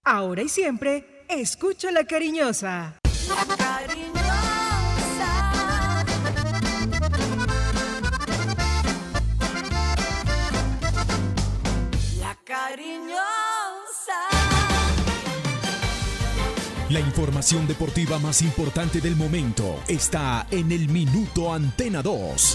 Ahora y siempre, escucha La Cariñosa. La Cariñosa. La Cariñosa. La información deportiva más importante del momento está en el Minuto Antena 2.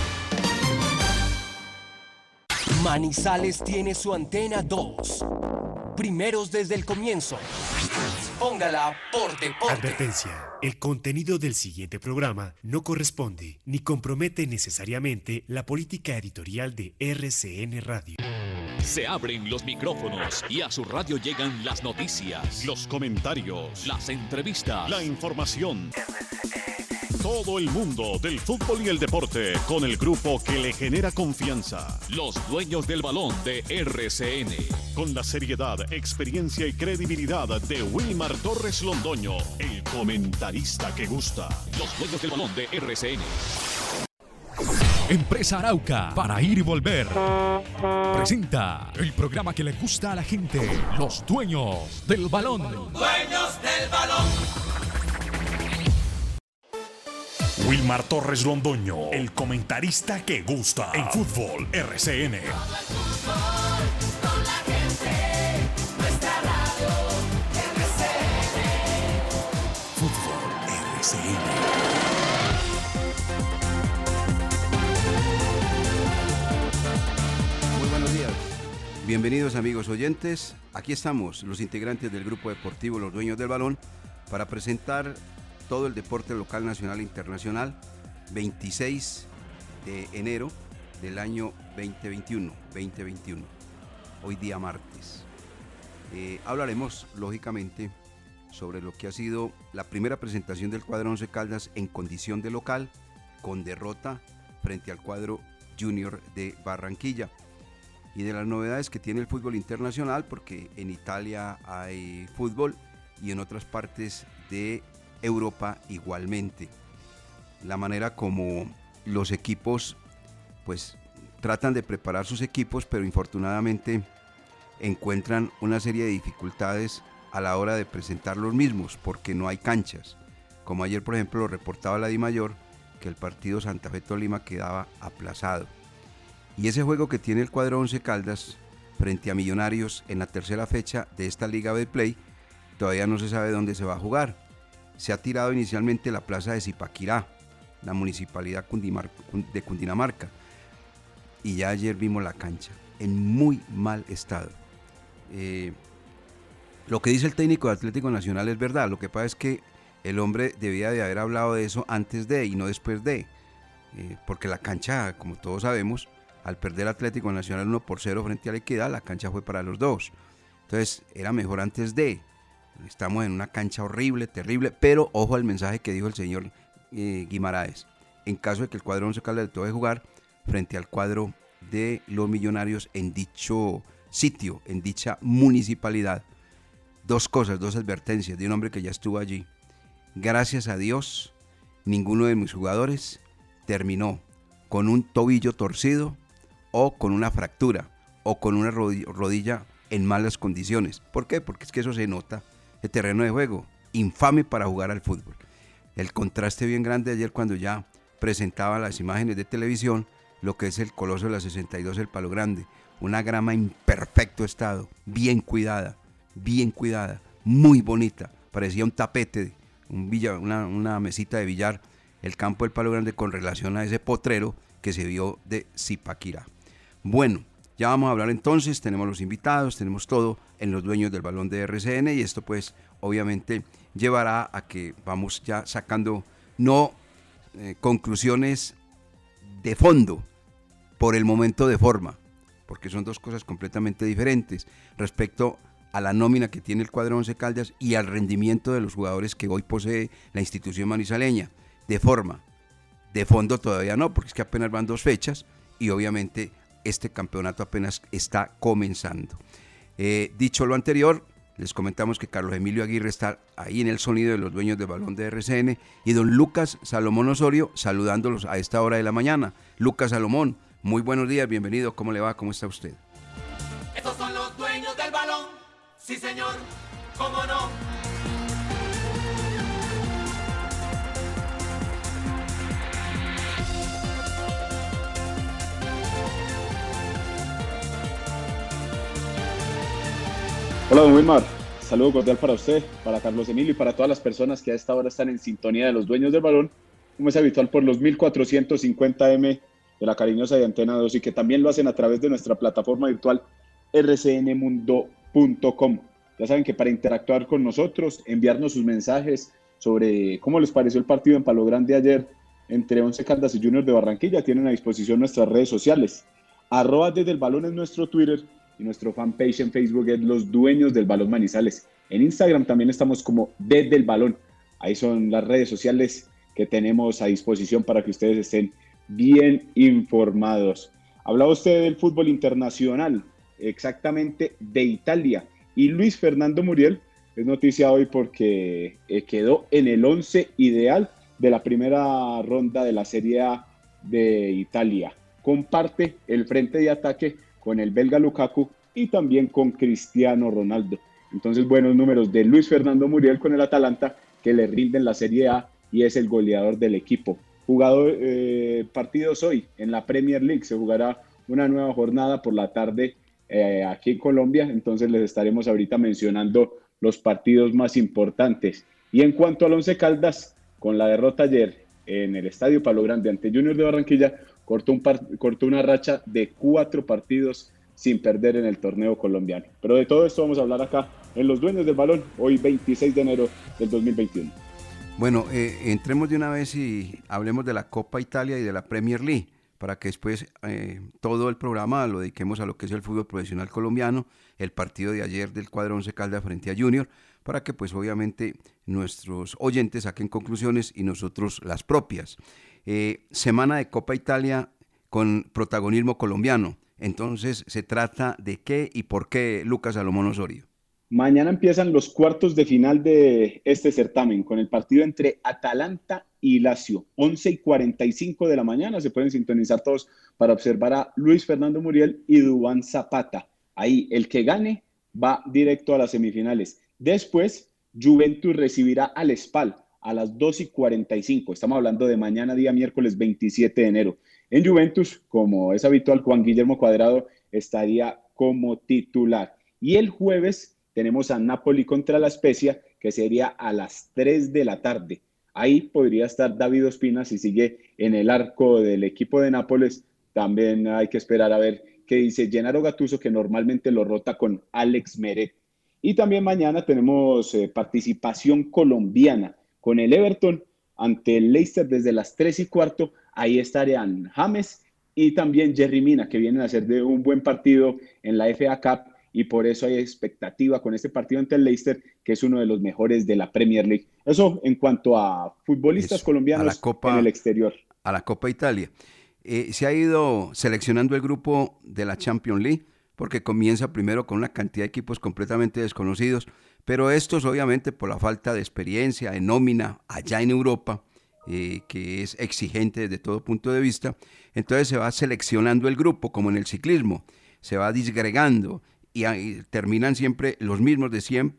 Manizales tiene su Antena 2. Primeros desde el comienzo. Póngala por deporte. Advertencia. El contenido del siguiente programa no corresponde ni compromete necesariamente la política editorial de RCN Radio. Se abren los micrófonos y a su radio llegan las noticias, los comentarios, las entrevistas, la información. Todo el mundo del fútbol y el deporte con el grupo que le genera confianza. Los dueños del balón de RCN. Con la seriedad, experiencia y credibilidad de Wilmar Torres Londoño, el comentarista que gusta. Los dueños del balón de RCN. Empresa Arauca, para ir y volver, presenta el programa que le gusta a la gente, los dueños del balón. Dueños del balón. Wilmar Torres Londoño, el comentarista que gusta en Fútbol RCN. Con la gente, nuestra radio, RCN. Fútbol RCN. Muy buenos días. Bienvenidos amigos oyentes. Aquí estamos, los integrantes del grupo deportivo Los Dueños del Balón, para presentar todo el deporte local, nacional e internacional, 26 de enero del año 2021. Hoy día martes. Hablaremos, lógicamente, sobre lo que ha sido la primera presentación del cuadro Once Caldas en condición de local, con derrota frente al cuadro Junior de Barranquilla, y de las novedades que tiene el fútbol internacional, porque en Italia hay fútbol y en otras partes de Europa igualmente. La manera como los equipos pues tratan de preparar sus equipos, pero infortunadamente encuentran una serie de dificultades a la hora de presentar los mismos, porque no hay canchas. Como ayer, por ejemplo, lo reportaba la DIMAYOR, que el partido Santa Fe-Tolima quedaba aplazado. Y ese juego que tiene el cuadro Once Caldas frente a Millonarios en la tercera fecha de esta Liga Betplay, todavía no se sabe dónde se va a jugar. Se ha tirado inicialmente la plaza de Zipaquirá, la municipalidad de Cundinamarca, y ya ayer vimos la cancha en muy mal estado. Lo que dice el técnico de Atlético Nacional es verdad. Lo que pasa es que el hombre debía de haber hablado de eso antes de y no después de, porque la cancha, como todos sabemos, al perder Atlético Nacional 1-0 frente a la Equidad, la cancha fue para los dos. Entonces era mejor antes de. Estamos en una cancha horrible, terrible, pero ojo al mensaje que dijo el señor Guimaraes. En caso de que el cuadro Once Caldas le toque jugar frente al cuadro de los Millonarios en dicho sitio, en dicha municipalidad. Dos cosas, dos advertencias de un hombre que ya estuvo allí. Gracias a Dios, ninguno de mis jugadores terminó con un tobillo torcido o con una fractura o con una rodilla en malas condiciones. ¿Por qué? Porque es que eso se nota. El terreno de juego, infame para jugar al fútbol. El contraste bien grande ayer cuando ya presentaba las imágenes de televisión, lo que es el Coloso de la 62, el Palo Grande. Una grama en perfecto estado, bien cuidada, muy bonita. Parecía un tapete, una mesita de billar, el campo del Palo Grande con relación a ese potrero que se vio de Zipaquirá. Bueno, ya vamos a hablar entonces, tenemos los invitados, tenemos todo en los dueños del balón de RCN, y esto pues obviamente llevará a que vamos ya sacando conclusiones de fondo, por el momento de forma, porque son dos cosas completamente diferentes respecto a la nómina que tiene el cuadro Once Caldas y al rendimiento de los jugadores que hoy posee la institución manizaleña. De forma, de fondo todavía no, porque es que apenas van 2 fechas y obviamente este campeonato apenas está comenzando. Dicho lo anterior, les comentamos que Carlos Emilio Aguirre está ahí en el sonido de los dueños del balón de RCN, y don Lucas Salomón Osorio saludándolos a esta hora de la mañana. Lucas Salomón, muy buenos días, bienvenido, ¿cómo le va? ¿Cómo está usted? Estos son los dueños del balón, sí señor. cómo no. Hola, don Wilmar. Saludo cordial para usted, para Carlos Emilio y para todas las personas que a esta hora están en sintonía de los dueños del balón, como es habitual por los 1450M de la cariñosa de Antena 2 y que también lo hacen a través de nuestra plataforma virtual rcnmundo.com. Ya saben que para interactuar con nosotros, enviarnos sus mensajes sobre cómo les pareció el partido en Palo Grande ayer entre Once Caldas y Junior de Barranquilla, tienen a disposición nuestras redes sociales. @desde el balón es nuestro Twitter y nuestro fanpage en Facebook es Los Dueños del Balón Manizales. En Instagram también estamos como Desde el Balón. Ahí son las redes sociales que tenemos a disposición para que ustedes estén bien informados. Hablaba usted del fútbol internacional, exactamente de Italia. Y Luis Fernando Muriel es noticia hoy porque quedó en el 11 ideal de la primera ronda de la Serie A de Italia. Comparte el frente de ataque con el belga Lukaku y también con Cristiano Ronaldo. Entonces, buenos números de Luis Fernando Muriel con el Atalanta, que le rinden la Serie A y es el goleador del equipo. Partidos hoy en la Premier League. Se jugará una nueva jornada por la tarde aquí en Colombia. Entonces, les estaremos ahorita mencionando los partidos más importantes. Y en cuanto al Once Caldas, con la derrota ayer en el Estadio Palo Grande ante Junior de Barranquilla, cortó una racha de 4 partidos sin perder en el torneo colombiano. Pero de todo esto vamos a hablar acá en Los Dueños del Balón, hoy 26 de enero del 2021. Bueno, entremos de una vez y hablemos de la Copa Italia y de la Premier League, para que después todo el programa lo dediquemos a lo que es el fútbol profesional colombiano, el partido de ayer del cuadro Once Caldas frente a Junior, para que pues obviamente nuestros oyentes saquen conclusiones y nosotros las propias. Semana de Copa Italia con protagonismo colombiano. Entonces, ¿se trata de qué y por qué, Lucas Salomón Osorio? Mañana empiezan los cuartos de final de este certamen con el partido entre Atalanta y Lazio. 11:45 de la mañana. Se pueden sintonizar todos para observar a Luis Fernando Muriel y Duván Zapata. Ahí, el que gane va directo a las semifinales. Después, Juventus recibirá al Spal a las 2:45. Estamos hablando de mañana, día miércoles 27 de enero. En Juventus, como es habitual, Juan Guillermo Cuadrado estaría como titular. Y el jueves tenemos a Napoli contra la Spezia, que sería a las 3 de la tarde. Ahí podría estar David Ospina si sigue en el arco del equipo de Nápoles. También hay que esperar a ver qué dice Gennaro Gattuso, que normalmente lo rota con Alex Meret. Y también mañana tenemos participación colombiana con el Everton ante el Leicester desde las 3:15. Ahí estarían James y también Jerry Mina, que vienen a hacer de un buen partido en la FA Cup, y por eso hay expectativa con este partido ante el Leicester, que es uno de los mejores de la Premier League. Eso en cuanto a futbolistas colombianos en el exterior. A la Copa Italia. Se ha ido seleccionando el grupo de la Champions League, porque comienza primero con una cantidad de equipos completamente desconocidos, pero estos obviamente por la falta de experiencia, de nómina allá en Europa, que es exigente desde todo punto de vista, entonces se va seleccionando el grupo, como en el ciclismo, se va disgregando y terminan siempre los mismos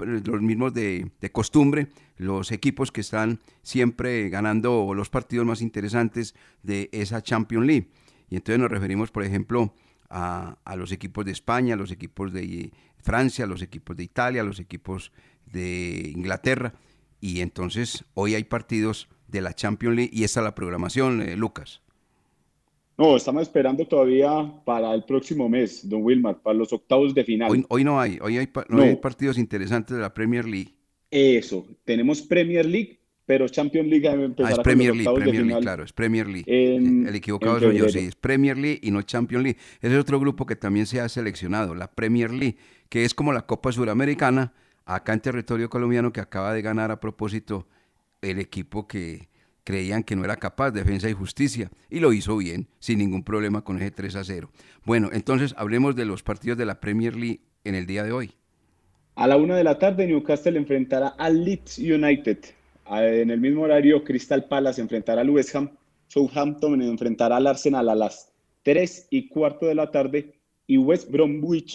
de costumbre, los equipos que están siempre ganando los partidos más interesantes de esa Champions League. Y entonces nos referimos, por ejemplo, a los equipos de España, a los equipos de Francia, a los equipos de Italia, a los equipos de Inglaterra. Y entonces hoy hay partidos de la Champions League y esta es la programación, Lucas. No, estamos esperando todavía para el próximo mes, don Wilmar, para los octavos de final. Hoy no hay, hay partidos interesantes de la Premier League. Eso, tenemos Premier League, pero Champions League empezará es Premier con los octavos League, de final. Claro, es Premier League. El equivocado soy yo, sí, es Premier League y no Champions League. Ese es otro grupo que también se ha seleccionado, la Premier League, que es como la Copa Suramericana, acá en territorio colombiano, que acaba de ganar a propósito el equipo que creían que no era capaz, Defensa y Justicia, y lo hizo bien, sin ningún problema con ese 3-0. Bueno, entonces hablemos de los partidos de la Premier League en el día de hoy. A la 1 de la tarde, Newcastle enfrentará al Leeds United. En el mismo horario, Crystal Palace enfrentará al West Ham, Southampton enfrentará al Arsenal a las 3:15 de la tarde y West Bromwich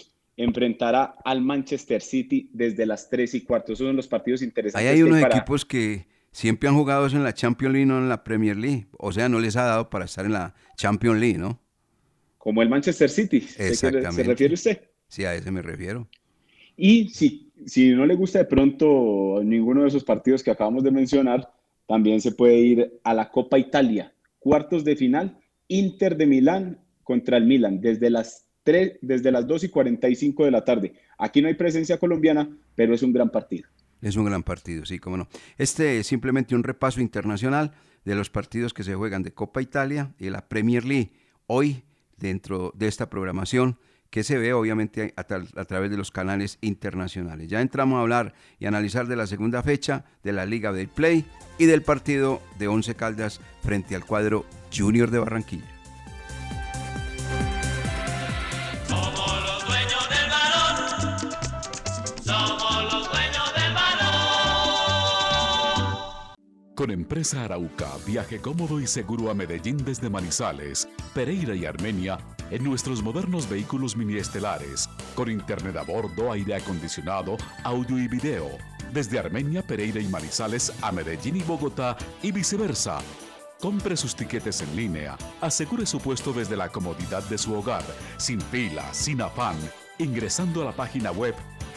enfrentará al Manchester City desde las 3:15. Esos son los partidos interesantes. Ahí hay unos equipos que siempre han jugado en la Champions League, no en la Premier League. O sea, no les ha dado para estar en la Champions League, ¿no? Como el Manchester City. Exactamente. ¿Se refiere usted? Sí, a ese me refiero. Y si no le gusta de pronto ninguno de esos partidos que acabamos de mencionar, también se puede ir a la Copa Italia. Cuartos de final, Inter de Milán contra el Milan, desde las 2:45 de la tarde. Aquí no hay presencia colombiana, pero es un gran partido. Es un gran partido, sí, cómo no. Este es simplemente un repaso internacional de los partidos que se juegan de Copa Italia y la Premier League. Hoy, dentro de esta programación, que se ve obviamente a través de los canales internacionales. Ya entramos a hablar y analizar de la segunda fecha de la Liga del Play y del partido de Once Caldas frente al cuadro Junior de Barranquilla. Somos los dueños del balón. Somos los dueños del balón. Con Empresa Arauca, viaje cómodo y seguro a Medellín desde Manizales, Pereira y Armenia en nuestros modernos vehículos miniestelares, con internet a bordo, aire acondicionado, audio y video, desde Armenia, Pereira y Manizales a Medellín y Bogotá y viceversa. Compre sus tiquetes en línea, asegure su puesto desde la comodidad de su hogar, sin fila, sin afán, ingresando a la página web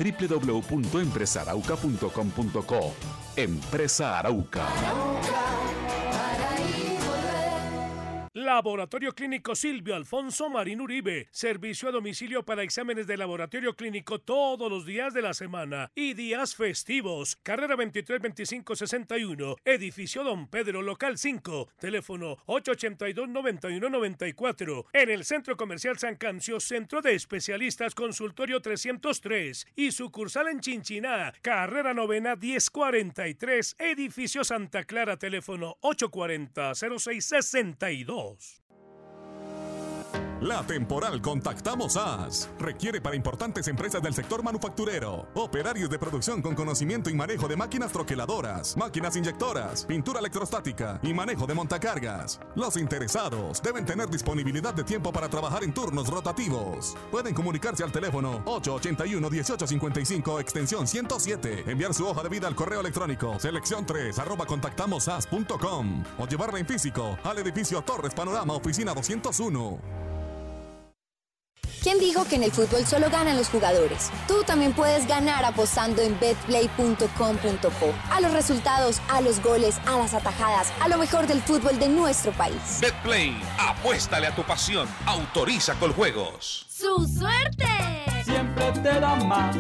www.empresarauca.com.co. Empresa Arauca. Laboratorio Clínico Silvio Alfonso Marín Uribe. Servicio a domicilio para exámenes de laboratorio clínico todos los días de la semana y días festivos. Carrera 232561, Edificio Don Pedro, local 5. Teléfono 882-9194. En el Centro Comercial San Cancio, Centro de Especialistas, Consultorio 303. Y sucursal en Chinchiná, Carrera Novena 1043. Edificio Santa Clara, teléfono 840-0662. La temporal Contactamos AS requiere para importantes empresas del sector manufacturero, operarios de producción con conocimiento y manejo de máquinas troqueladoras, máquinas inyectoras, pintura electrostática y manejo de montacargas. Los interesados deben tener disponibilidad de tiempo para trabajar en turnos rotativos. Pueden comunicarse al teléfono 881-1855 extensión 107, enviar su hoja de vida al correo electrónico selección3@contactamosas.com o llevarla en físico al edificio Torres Panorama, oficina 201. ¿Quién dijo que en el fútbol solo ganan los jugadores? Tú también puedes ganar apostando en betplay.com.co. A los resultados, a los goles, a las atajadas, a lo mejor del fútbol de nuestro país. Betplay, apuéstale a tu pasión. Autoriza con juegos. ¡Su suerte! Siempre te da más.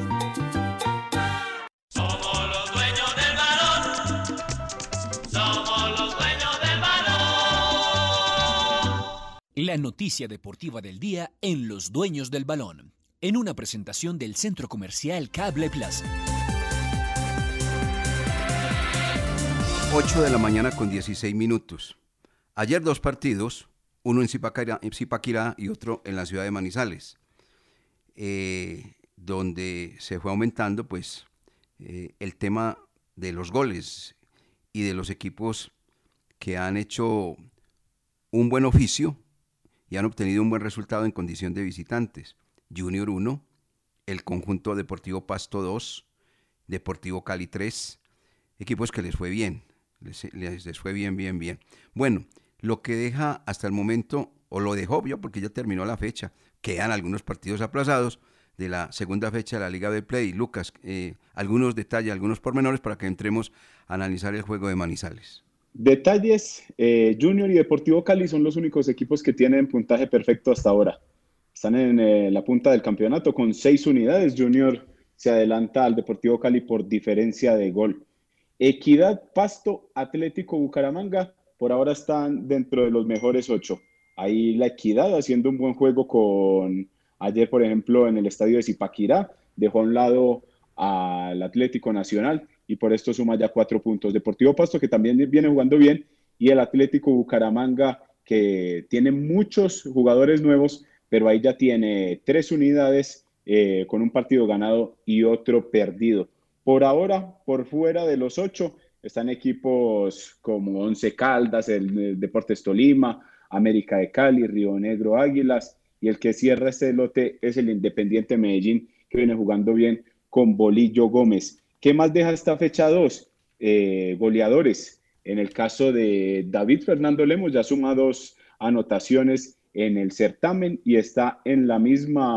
Somos los dueños del balón. Somos los dueños del balón. La noticia deportiva del día en Los Dueños del Balón, en una presentación del Centro Comercial Cable Plaza. 8 de la mañana con 16 minutos. Ayer dos partidos, uno en Zipaquirá y otro en la ciudad de Manizales, donde se fue aumentando pues el tema de los goles y de los equipos que han hecho un buen oficio y han obtenido un buen resultado en condición de visitantes. Junior 1, el conjunto Deportivo Pasto 2, Deportivo Cali 3, equipos que les fue bien, les fue bien. Bueno, lo que deja hasta el momento, o lo dejó yo porque ya terminó la fecha, quedan algunos partidos aplazados de la segunda fecha de la Liga del Play. Lucas, algunos detalles, algunos pormenores para que entremos a analizar el juego de Manizales. Detalles, Junior y Deportivo Cali son los únicos equipos que tienen puntaje perfecto hasta ahora. Están en la punta del campeonato con 6 unidades. Junior se adelanta al Deportivo Cali por diferencia de gol. Equidad, Pasto, Atlético Bucaramanga, por ahora están dentro de los mejores 8. Ahí la Equidad haciendo un buen juego ayer, por ejemplo, en el estadio de Zipaquirá, dejó a un lado al Atlético Nacional y por esto suma ya 4 puntos. Deportivo Pasto, que también viene jugando bien, y el Atlético Bucaramanga, que tiene muchos jugadores nuevos, pero ahí ya tiene 3 unidades con un partido ganado y otro perdido. Por ahora, por fuera de los 8, están equipos como Once Caldas, el Deportes Tolima, América de Cali, Río Negro Águilas, y el que cierra este lote es el Independiente Medellín, que viene jugando bien con Bolillo Gómez. ¿Qué más deja esta fecha 2? Goleadores. En el caso de David Fernando Lemos, ya suma 2 anotaciones en el certamen y está en el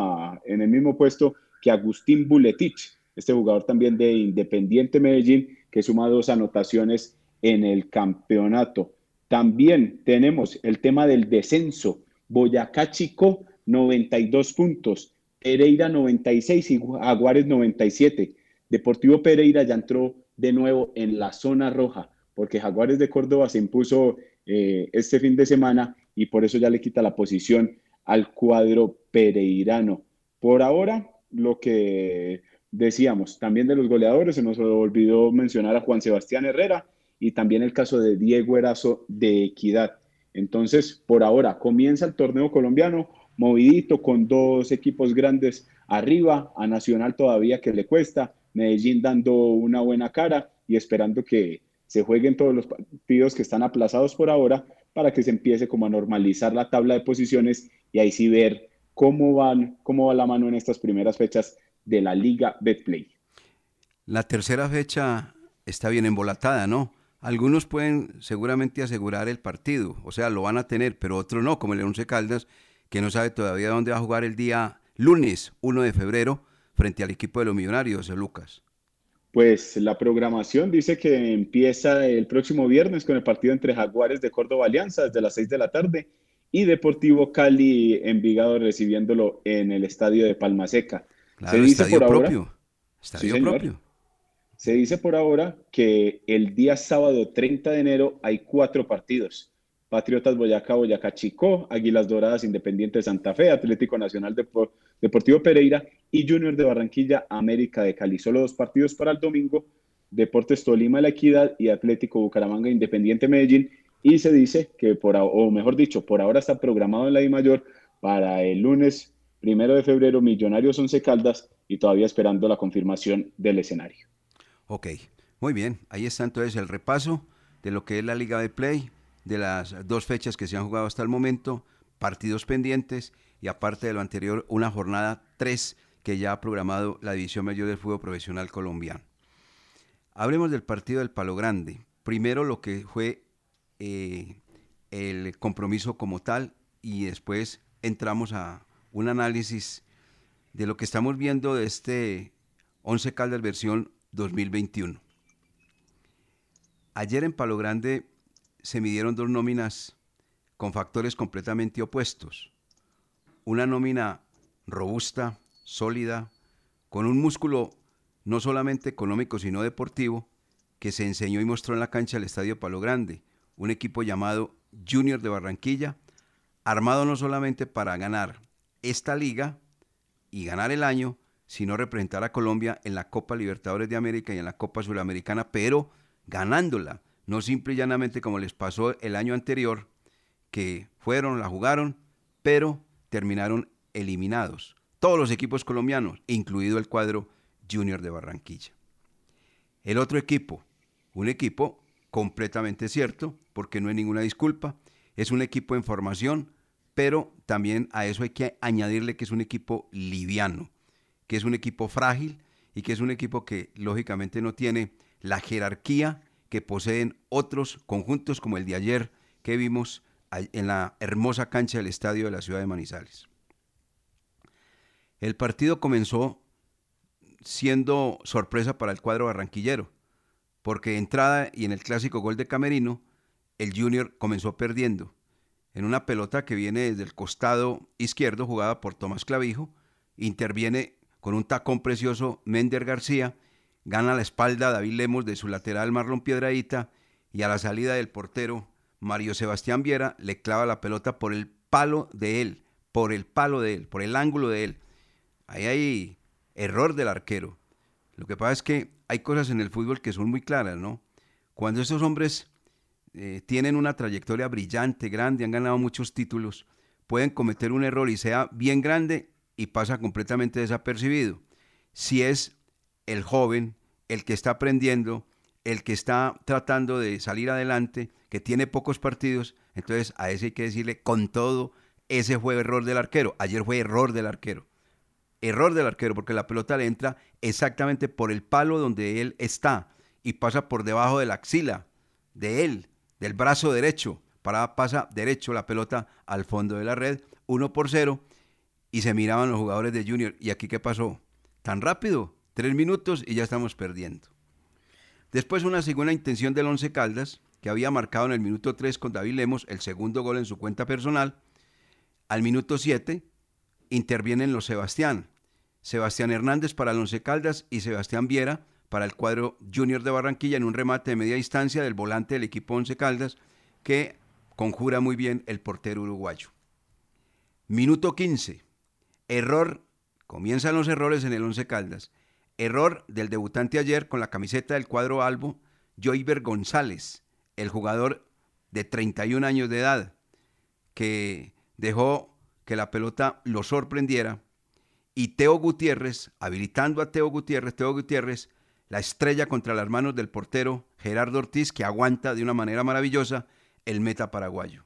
mismo puesto que Agustín Buletich, este jugador también de Independiente Medellín, que suma 2 anotaciones en el campeonato. También tenemos el tema del descenso. Boyacá Chicó, 92 puntos. Pereira, 96 y Jaguares, 97. Deportivo Pereira ya entró de nuevo en la zona roja, porque Jaguares de Córdoba se impuso este fin de semana y por eso ya le quita la posición al cuadro pereirano. Por ahora, lo que decíamos, también de los goleadores, se nos olvidó mencionar a Juan Sebastián Herrera y también el caso de Diego Erazo de Equidad. Entonces, por ahora, comienza el torneo colombiano movidito con 2 equipos grandes arriba, a Nacional todavía que le cuesta, Medellín dando una buena cara y esperando que se jueguen todos los partidos que están aplazados por ahora para que se empiece como a normalizar la tabla de posiciones y ahí sí ver cómo va la mano en estas primeras fechas de la Liga Betplay. La tercera fecha está bien embolatada, ¿no? Algunos pueden seguramente asegurar el partido, o sea, lo van a tener, pero otros no, como el Once Caldas, que no sabe todavía dónde va a jugar el día lunes 1 de febrero frente al equipo de los Millonarios, Lucas. Pues la programación dice que empieza el próximo viernes con el partido entre Jaguares de Córdoba Alianza desde las 6 de la tarde y Deportivo Cali Envigado recibiéndolo en el estadio de Palma Seca. Claro, estadio propio. Estadio propio. Se dice por ahora que el día sábado 30 de enero hay 4 partidos. Patriotas Boyacá, Boyacá Chicó, Águilas Doradas, Independiente Santa Fe, Atlético Nacional Deportivo Pereira y Junior de Barranquilla, América de Cali. Solo 2 partidos para el domingo, Deportes Tolima, La Equidad y Atlético Bucaramanga, Independiente Medellín. Y se dice que, por ahora está programado en la DIMAYOR para el lunes 1 de febrero, Millonarios Once Caldas y todavía esperando la confirmación del escenario. Ok, muy bien. Ahí está entonces el repaso de lo que es la Liga de Play, de las 2 fechas que se han jugado hasta el momento, partidos pendientes y aparte de lo anterior, una jornada 3 que ya ha programado la División Mayor del Fútbol Profesional Colombiano. Hablemos del partido del Palo Grande. Primero lo que fue el compromiso como tal y después entramos a un análisis de lo que estamos viendo de este Once Caldas versión 2021. Ayer en Palo Grande se midieron 2 nóminas con factores completamente opuestos. Una nómina robusta, sólida, con un músculo no solamente económico sino deportivo que se enseñó y mostró en la cancha del Estadio Palo Grande. Un equipo llamado Junior de Barranquilla, armado no solamente para ganar esta liga y ganar el año, sino representar a Colombia en la Copa Libertadores de América y en la Copa Sudamericana, pero ganándola, no simple y llanamente como les pasó el año anterior, que fueron, la jugaron, pero terminaron eliminados. Todos los equipos colombianos, incluido el cuadro Junior de Barranquilla. El otro equipo, un equipo completamente cierto, porque no hay ninguna disculpa, es un equipo en formación, pero también a eso hay que añadirle que es un equipo liviano, que es un equipo frágil y que es un equipo que lógicamente no tiene la jerarquía que poseen otros conjuntos como el de ayer que vimos en la hermosa cancha del estadio de la ciudad de Manizales. El partido comenzó siendo sorpresa para el cuadro barranquillero, porque de entrada y en el clásico gol de Camerino, el Junior comenzó perdiendo en una pelota que viene desde el costado izquierdo, jugada por Tomás Clavijo, interviene con un tacón precioso Mender García, gana la espalda David Lemos de su lateral Marlon Piedradita y a la salida del portero Mario Sebastián Viera le clava la pelota por el palo de él, por el ángulo de él. Ahí hay error del arquero. Lo que pasa es que hay cosas en el fútbol que son muy claras, ¿no? Cuando estos hombres tienen una trayectoria brillante, grande, han ganado muchos títulos, pueden cometer un error y sea bien grande y pasa completamente desapercibido. Si es el joven, el que está aprendiendo, el que está tratando de salir adelante, que tiene pocos partidos, entonces a ese hay que decirle con todo, ese fue error del arquero. Ayer fue error del arquero. Error del arquero, porque la pelota le entra exactamente por el palo donde él está y pasa por debajo de la axila de él, del brazo derecho. Pasa derecho la pelota al fondo de la red, 1-0, y se miraban los jugadores de Junior. ¿Y aquí qué pasó? Tan rápido, 3 minutos y ya estamos perdiendo. Después una segunda intención del Once Caldas, que había marcado en el minuto 3 con David Lemos el segundo gol en su cuenta personal. Al minuto 7 intervienen los Sebastián Hernández para el Once Caldas y Sebastián Viera para el cuadro Junior de Barranquilla en un remate de media distancia del volante del equipo Once Caldas que conjura muy bien el portero uruguayo. Minuto 15, error, comienzan los errores en el Once Caldas. Error del debutante ayer con la camiseta del cuadro albo, Joyver González, el jugador de 31 años de edad, que dejó que la pelota lo sorprendiera, y Teo Gutiérrez, habilitando a Teo Gutiérrez, la estrella contra las manos del portero Gerardo Ortiz, que aguanta de una manera maravillosa el meta paraguayo.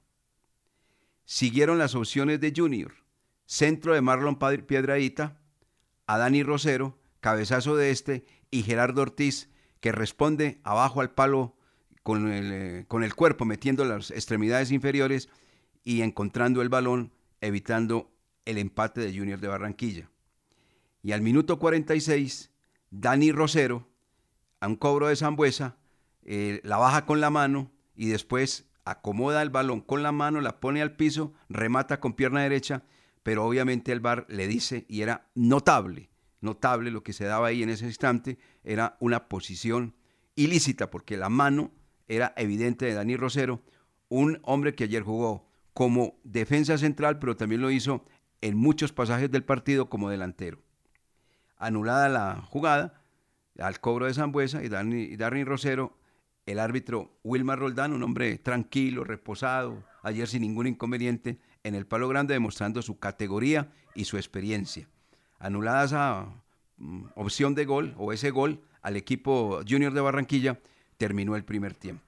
Siguieron las opciones de Junior, centro de Marlon Piedradita, a Dani Rosero, cabezazo de este, y Gerardo Ortiz, que responde abajo al palo con el cuerpo, metiendo las extremidades inferiores y encontrando el balón, evitando el empate de Junior de Barranquilla. Y al minuto 46, Dani Rosero, a un cobro de Sambuesa, la baja con la mano y después acomoda el balón con la mano, la pone al piso, remata con pierna derecha, pero obviamente el VAR le dice, y era notable lo que se daba ahí en ese instante, era una posición ilícita, porque la mano era evidente de Dani Rosero, un hombre que ayer jugó como defensa central, pero también lo hizo en muchos pasajes del partido como delantero. Anulada la jugada, al cobro de Sambuesa y Dani Rosero, el árbitro Wilmar Roldán, un hombre tranquilo, reposado, ayer sin ningún inconveniente, en el palo grande, demostrando su categoría y su experiencia. Anulada esa opción de gol, o ese gol al equipo Junior de Barranquilla, terminó el primer tiempo.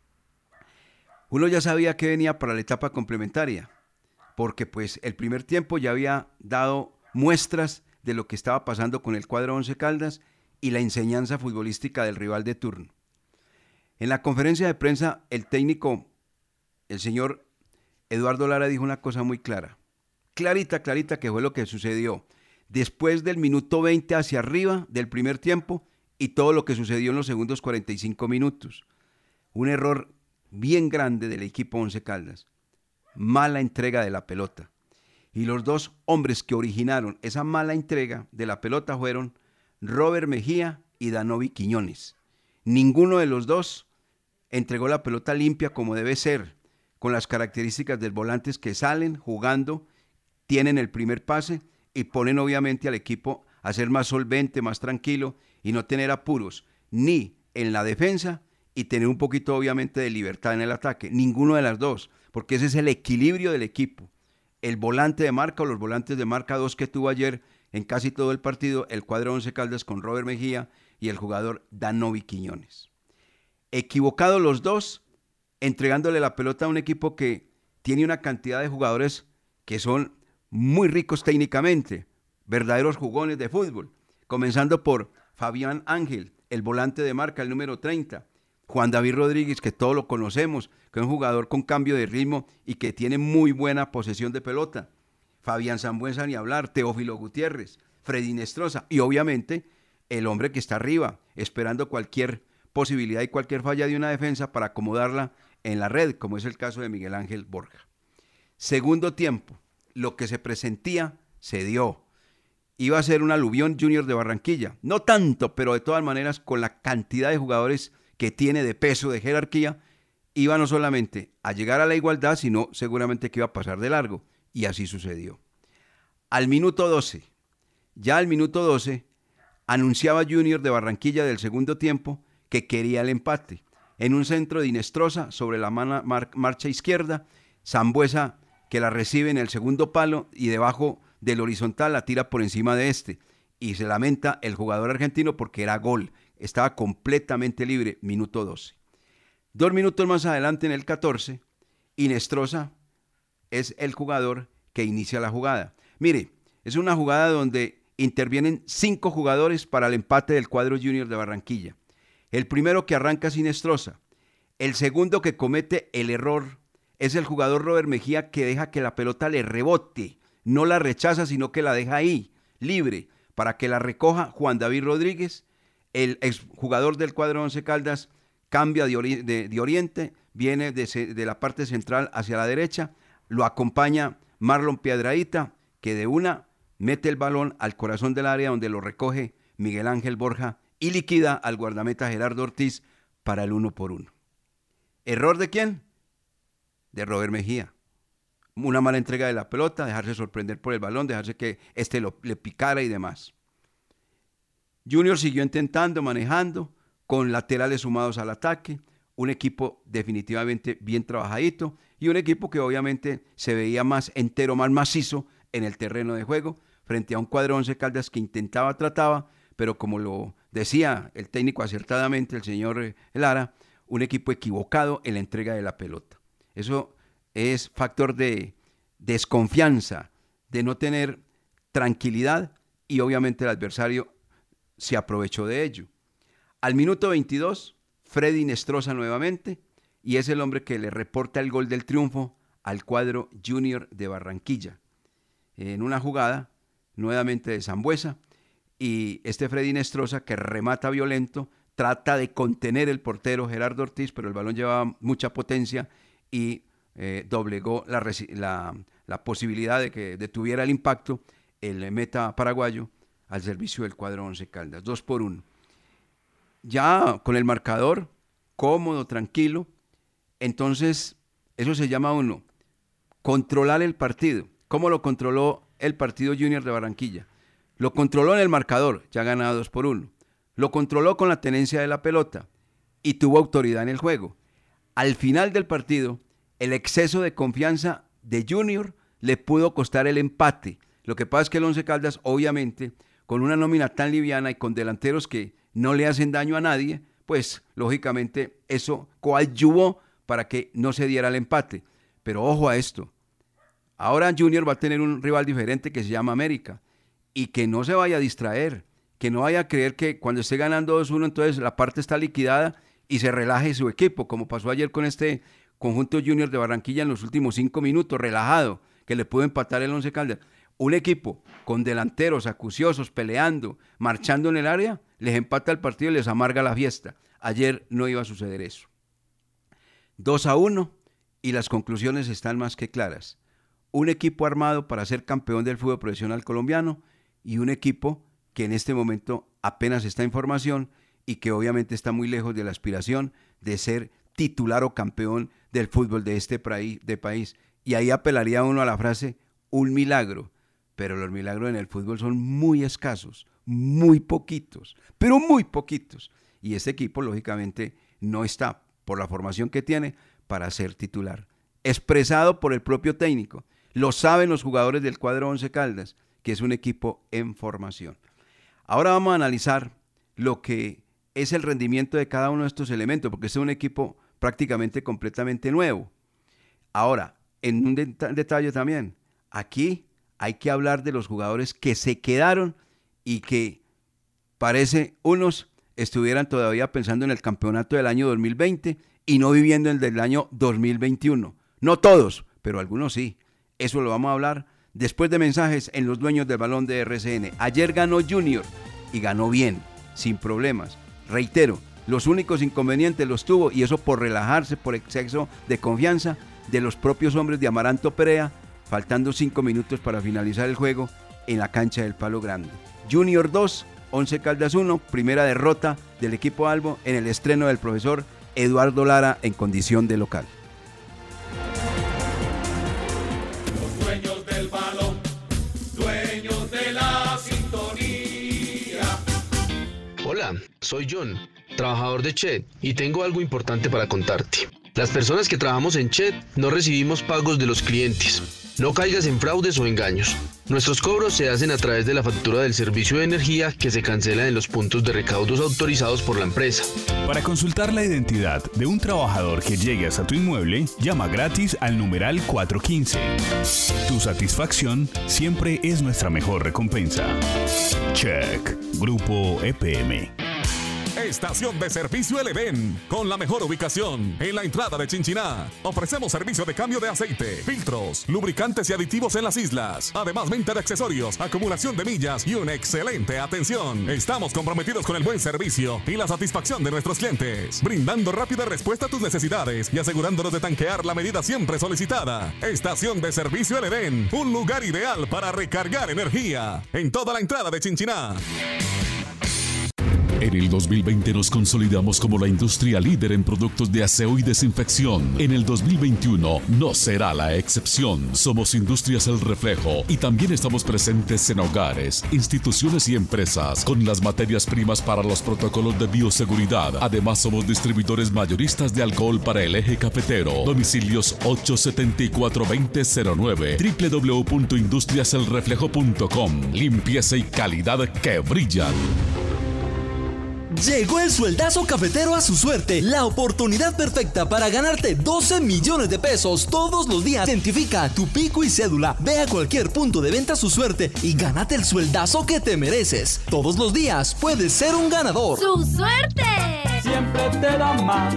Uno ya sabía que venía para la etapa complementaria, porque pues el primer tiempo ya había dado muestras de lo que estaba pasando con el cuadro Once Caldas y la enseñanza futbolística del rival de turno. En la conferencia de prensa, el técnico, el señor Eduardo Lara, dijo una cosa muy clara, clarita, que fue lo que sucedió después del minuto 20 hacia arriba del primer tiempo y todo lo que sucedió en los segundos 45 minutos. Un error bien grande del equipo Once Caldas, mala entrega de la pelota. Y los dos hombres que originaron esa mala entrega de la pelota fueron Robert Mejía y Danovi Quiñones. Ninguno de los dos entregó la pelota limpia como debe ser, con las características de volantes que salen jugando, tienen el primer pase y ponen obviamente al equipo a ser más solvente, más tranquilo y no tener apuros ni en la defensa y tener un poquito obviamente de libertad en el ataque. Ninguno de las dos, porque ese es el equilibrio del equipo. El volante de marca o los volantes de marca 2 que tuvo ayer en casi todo el partido, el cuadro Once Caldas con Robert Mejía y el jugador Danovi Quiñones. Equivocados los dos, entregándole la pelota a un equipo que tiene una cantidad de jugadores que son muy ricos técnicamente, verdaderos jugones de fútbol, comenzando por Fabián Ángel, el volante de marca, el número 30, Juan David Rodríguez, que todos lo conocemos, que es un jugador con cambio de ritmo y que tiene muy buena posesión de pelota, Fabián Sambuesa ni hablar, Teófilo Gutiérrez, Freddy Nestroza y obviamente el hombre que está arriba, esperando cualquier posibilidad y cualquier falla de una defensa para acomodarla en la red, como es el caso de Miguel Ángel Borja. Segundo tiempo, lo que se presentía se dio. Iba a ser un aluvión Junior de Barranquilla, no tanto, pero de todas maneras con la cantidad de jugadores que tiene de peso, de jerarquía, iba no solamente a llegar a la igualdad, sino seguramente que iba a pasar de largo, y así sucedió. Al minuto 12, anunciaba Junior de Barranquilla del segundo tiempo que quería el empate. En un centro de Inestrosa sobre la marcha izquierda, Sambuesa que la recibe en el segundo palo y debajo del horizontal la tira por encima de este. Y se lamenta el jugador argentino porque era gol. Estaba completamente libre, minuto 12. 2 minutos más adelante, en el 14, Inestrosa es el jugador que inicia la jugada. Mire, es una jugada donde intervienen 5 jugadores para el empate del cuadro Junior de Barranquilla. El primero que arranca Sinestrosa. El segundo que comete el error es el jugador Robert Mejía, que deja que la pelota le rebote. No la rechaza, sino que la deja ahí, libre, para que la recoja Juan David Rodríguez. El exjugador del cuadro Once Caldas cambia de oriente, viene de la parte central hacia la derecha, lo acompaña Marlon Piedradita, que de una mete el balón al corazón del área donde lo recoge Miguel Ángel Borja y liquida al guardameta Gerardo Ortiz para el 1-1. ¿Error de quién? De Robert Mejía. Una mala entrega de la pelota, dejarse sorprender por el balón, dejarse que le picara y demás. Junior siguió intentando, manejando, con laterales sumados al ataque, un equipo definitivamente bien trabajadito y un equipo que obviamente se veía más entero, más macizo en el terreno de juego, frente a un cuadro Once Caldas que trataba, pero como lo decía el técnico acertadamente, el señor Lara, un equipo equivocado en la entrega de la pelota. Eso es factor de desconfianza, de no tener tranquilidad y obviamente el adversario se aprovechó de ello. Al minuto 22, Freddy Nestroza nuevamente y es el hombre que le reporta el gol del triunfo al cuadro Junior de Barranquilla. En una jugada nuevamente de Sambuesa y Freddy Nestroza que remata violento, trata de contener el portero Gerardo Ortiz, pero el balón llevaba mucha potencia y doblegó la posibilidad de que detuviera el impacto el meta paraguayo al servicio del cuadro Once Caldas, 2-1. Ya con el marcador cómodo, tranquilo, entonces eso se llama controlar el partido. ¿Cómo lo controló el partido Junior de Barranquilla? Lo controló en el marcador, ya ganaba 2-1. Lo controló con la tenencia de la pelota y tuvo autoridad en el juego. Al final del partido, el exceso de confianza de Junior le pudo costar el empate. Lo que pasa es que el Once Caldas, obviamente, con una nómina tan liviana y con delanteros que no le hacen daño a nadie, pues lógicamente eso coadyuvó para que no se diera el empate. Pero ojo a esto, ahora Junior va a tener un rival diferente que se llama América y que no se vaya a distraer, que no vaya a creer que cuando esté ganando 2-1 entonces la parte está liquidada y se relaje su equipo, como pasó ayer con este conjunto Junior de Barranquilla en los últimos 5 minutos, relajado, que le pudo empatar el Once Caldas. Un equipo con delanteros acuciosos, peleando, marchando en el área, les empata el partido y les amarga la fiesta. Ayer no iba a suceder eso. 2-1 y las conclusiones están más que claras. Un equipo armado para ser campeón del fútbol profesional colombiano y un equipo que en este momento apenas está en formación y que obviamente está muy lejos de la aspiración de ser titular o campeón del fútbol de este país. Y ahí apelaría uno a la frase, un milagro. Pero los milagros en el fútbol son muy escasos, muy poquitos, pero muy poquitos. Y este equipo, lógicamente, no está, por la formación que tiene, para ser titular. Expresado por el propio técnico. Lo saben los jugadores del cuadro Once Caldas, que es un equipo en formación. Ahora vamos a analizar lo que es el rendimiento de cada uno de estos elementos, porque este es un equipo prácticamente completamente nuevo. Ahora, en un detalle también, aquí hay que hablar de los jugadores que se quedaron y que parece unos estuvieran todavía pensando en el campeonato del año 2020 y no viviendo el del año 2021. No todos, pero algunos sí. Eso lo vamos a hablar después de mensajes en Los Dueños del Balón de RCN. Ayer ganó Junior y ganó bien, sin problemas. Reitero, los únicos inconvenientes los tuvo, y eso por relajarse, por exceso de confianza de los propios hombres de Amaranto Perea, faltando 5 minutos para finalizar el juego en la cancha del Palo Grande. Junior 2, Once Caldas 1, primera derrota del equipo Albo en el estreno del profesor Eduardo Lara en condición de local. Los dueños del balón, dueños de la sintonía. Hola, soy John, trabajador de Chet, y tengo algo importante para contarte. Las personas que trabajamos en Chet no recibimos pagos de los clientes. No caigas en fraudes o engaños. Nuestros cobros se hacen a través de la factura del servicio de energía que se cancela en los puntos de recaudos autorizados por la empresa. Para consultar la identidad de un trabajador que llegue hasta tu inmueble, llama gratis al numeral 415. Tu satisfacción siempre es nuestra mejor recompensa. Check. Grupo EPM. Estación de servicio El Edén, con la mejor ubicación en la entrada de Chinchiná. Ofrecemos servicio de cambio de aceite, filtros, lubricantes y aditivos en las islas. Además, venta de accesorios, acumulación de millas y una excelente atención. Estamos comprometidos con el buen servicio y la satisfacción de nuestros clientes, brindando rápida respuesta a tus necesidades y asegurándonos de tanquear la medida siempre solicitada. Estación de servicio El Edén, un lugar ideal para recargar energía en toda la entrada de Chinchiná. En el 2020 nos consolidamos como la industria líder en productos de aseo y desinfección. En el 2021 no será la excepción. Somos Industrias El Reflejo y también estamos presentes en hogares, instituciones y empresas con las materias primas para los protocolos de bioseguridad. Además, somos distribuidores mayoristas de alcohol para el eje cafetero. Domicilios 874-2009, www.industriaselreflejo.com. Limpieza y calidad que brillan. Llegó el sueldazo cafetero a su suerte, la oportunidad perfecta para ganarte 12 millones de pesos todos los días. Identifica tu pico y cédula, ve a cualquier punto de venta a su suerte y gánate el sueldazo que te mereces. Todos los días puedes ser un ganador. ¡Su suerte! Siempre te da más.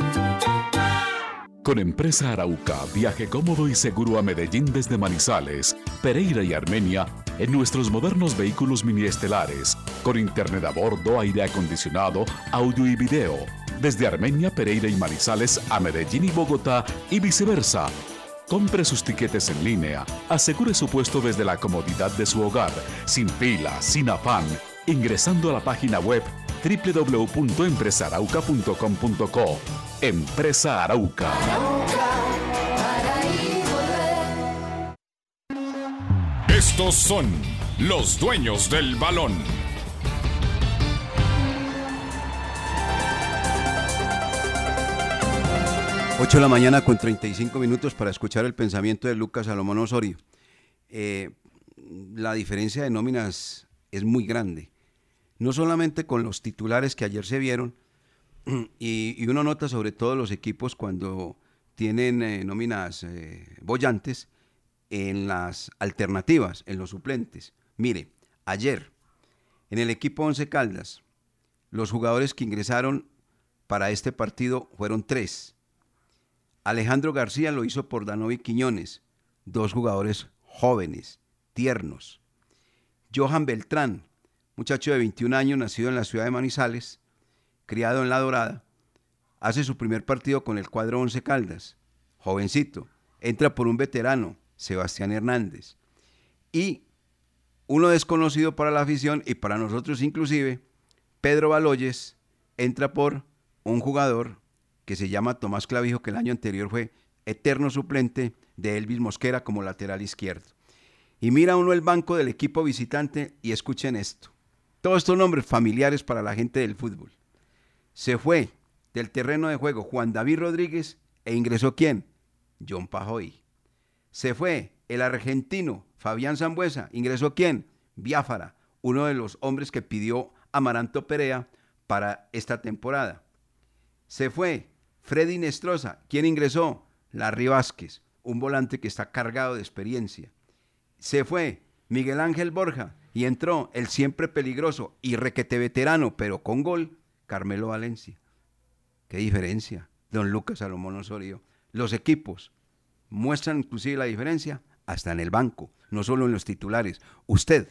Con Empresa Arauca, viaje cómodo y seguro a Medellín desde Manizales, Pereira y Armenia en nuestros modernos vehículos miniestelares, con internet a bordo, aire acondicionado, audio y video. Desde Armenia, Pereira y Manizales a Medellín y Bogotá y viceversa. Compre sus tiquetes en línea, asegure su puesto desde la comodidad de su hogar, sin fila, sin afán, ingresando a la página web www.empresarauca.com.co. Empresa Arauca. Estos son los dueños del balón. Ocho de la mañana con 35 minutos para escuchar el pensamiento de Lucas Salomón Osorio. La diferencia de nóminas es muy grande. No solamente con los titulares que ayer se vieron, y uno nota sobre todo los equipos cuando tienen nóminas bollantes en las alternativas, en los suplentes. Mire, ayer en el equipo Once Caldas, los jugadores que ingresaron para este partido fueron 3. Alejandro García lo hizo por Danovi Quiñones, 2 jugadores jóvenes, tiernos. Johan Beltrán, muchacho de 21 años, nacido en la ciudad de Manizales, criado en La Dorada, hace su primer partido con el cuadro Once Caldas, jovencito, entra por un veterano, Sebastián Hernández, y uno desconocido para la afición y para nosotros inclusive, Pedro Baloyes, entra por un jugador que se llama Tomás Clavijo, que el año anterior fue eterno suplente de Elvis Mosquera como lateral izquierdo. Y mira uno el banco del equipo visitante y escuchen esto. Todos estos nombres familiares para la gente del fútbol. Se fue del terreno de juego Juan David Rodríguez e ingresó ¿quién? John Pajoy. Se fue el argentino Fabián Sambuesa, ingresó ¿quién? Biafara, uno de los hombres que pidió Amaranto Perea para esta temporada. Se fue Freddy Nestroza, ¿quién ingresó? Larry Vázquez, un volante que está cargado de experiencia. Se fue Miguel Ángel Borja y entró el siempre peligroso y requete veterano, pero con gol, Carmelo Valencia. ¿Qué diferencia? Don Lucas Salomón Osorio. Los equipos muestran inclusive la diferencia hasta en el banco, no solo en los titulares. Usted.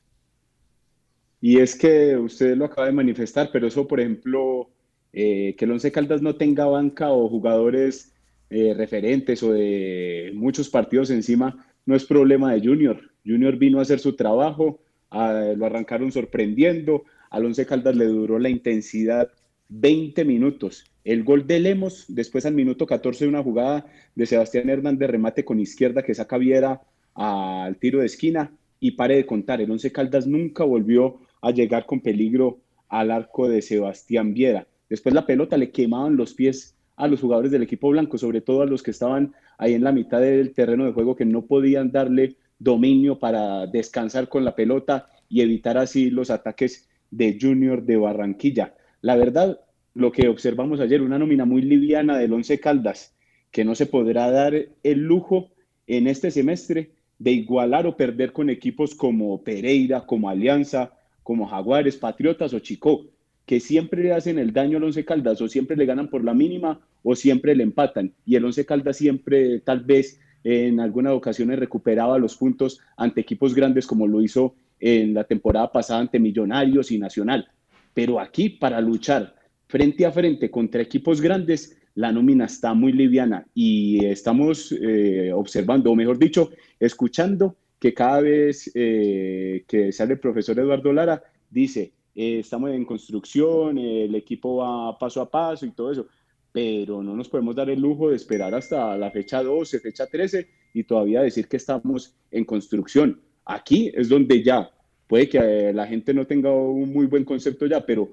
Y es que usted lo acaba de manifestar, pero eso, por ejemplo, que el Once Caldas no tenga banca o jugadores referentes o de muchos partidos encima, no es problema de Junior. Junior vino a hacer su trabajo, lo arrancaron sorprendiendo, al Once Caldas le duró la intensidad 20 minutos. El gol de Lemos, después al minuto 14 de una jugada de Sebastián Hernández, remate con izquierda que saca Viera al tiro de esquina y pare de contar. El Once Caldas nunca volvió a llegar con peligro al arco de Sebastián Viera. Después la pelota le quemaban los pies a los jugadores del equipo blanco, sobre todo a los que estaban ahí en la mitad del terreno de juego, que no podían darle dominio para descansar con la pelota y evitar así los ataques de Junior de Barranquilla. La verdad, lo que observamos ayer, una nómina muy liviana del Once Caldas, que no se podrá dar el lujo en este semestre de igualar o perder con equipos como Pereira, como Alianza, como Jaguares, Patriotas o Chicó, que siempre le hacen el daño al Once Caldas, o siempre le ganan por la mínima o siempre le empatan. Y el Once Caldas siempre, tal vez, en algunas ocasiones recuperaba los puntos ante equipos grandes, como lo hizo en la temporada pasada ante Millonarios y Nacional. Pero aquí, para luchar frente a frente contra equipos grandes, la nómina está muy liviana y estamos observando, o mejor dicho, escuchando que cada vez que sale el profesor Eduardo Lara, dice, estamos en construcción, el equipo va paso a paso y todo eso, pero no nos podemos dar el lujo de esperar hasta la fecha 12, fecha 13 y todavía decir que estamos en construcción. Aquí es donde ya, puede que la gente no tenga un muy buen concepto ya, pero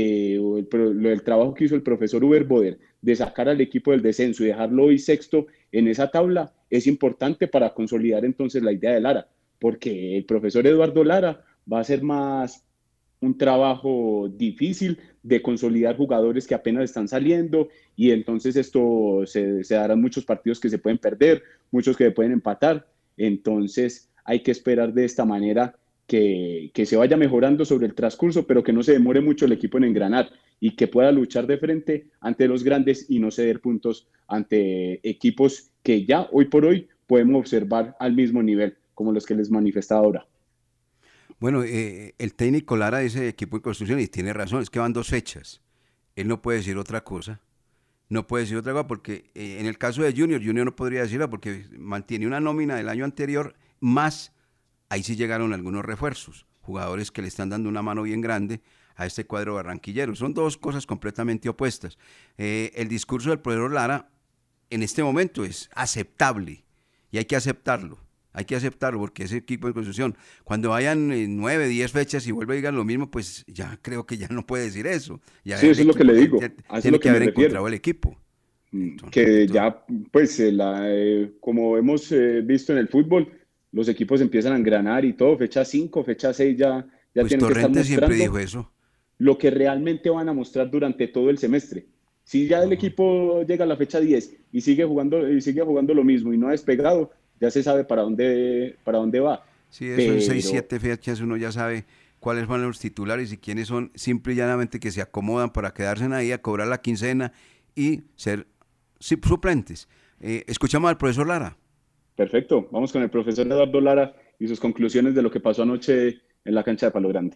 el trabajo que hizo el profesor Uber Boder de sacar al equipo del descenso y dejarlo hoy sexto en esa tabla es importante para consolidar entonces la idea de Lara, porque el profesor Eduardo Lara va a hacer más un trabajo difícil de consolidar jugadores que apenas están saliendo y entonces esto se darán muchos partidos que se pueden perder, muchos que se pueden empatar, entonces hay que esperar de esta manera que se vaya mejorando sobre el transcurso, pero que no se demore mucho el equipo en engranar y que pueda luchar de frente ante los grandes y no ceder puntos ante equipos que ya hoy por hoy podemos observar al mismo nivel, como los que les manifestaba ahora. Bueno, el técnico Lara dice equipo en construcción y tiene razón, es que van 2 fechas. Él no puede decir otra cosa. No puede decir otra cosa porque en el caso de Junior no podría decirla porque mantiene una nómina del año anterior más. Ahí sí llegaron algunos refuerzos, jugadores que le están dando una mano bien grande a este cuadro barranquillero. Son 2 cosas completamente opuestas. El discurso del profesor Lara en este momento es aceptable y hay que aceptarlo porque ese equipo de construcción, cuando vayan 9, 10 fechas y vuelve a digan lo mismo, pues ya creo que ya no puede decir eso. Ya sí, eso es lo que le digo. Tiene que haber encontrado el equipo. Que ya, pues, como hemos visto en el fútbol, los equipos empiezan a engranar y todo, fecha 5, fecha 6 ya pues tienen Torrente que estar mostrando siempre dijo eso. Lo que realmente van a mostrar durante todo el semestre. Si ya el equipo llega a la fecha 10 y sigue jugando lo mismo y no ha despegado, ya se sabe para dónde va. Sí, eso en 6, 7 fechas uno ya sabe cuáles van los titulares y quiénes son, simple y llanamente que se acomodan para quedarse ahí a cobrar la quincena y ser suplentes. Escuchamos al profesor Lara. Perfecto, vamos con el profesor Eduardo Lara y sus conclusiones de lo que pasó anoche en la cancha de Palo Grande.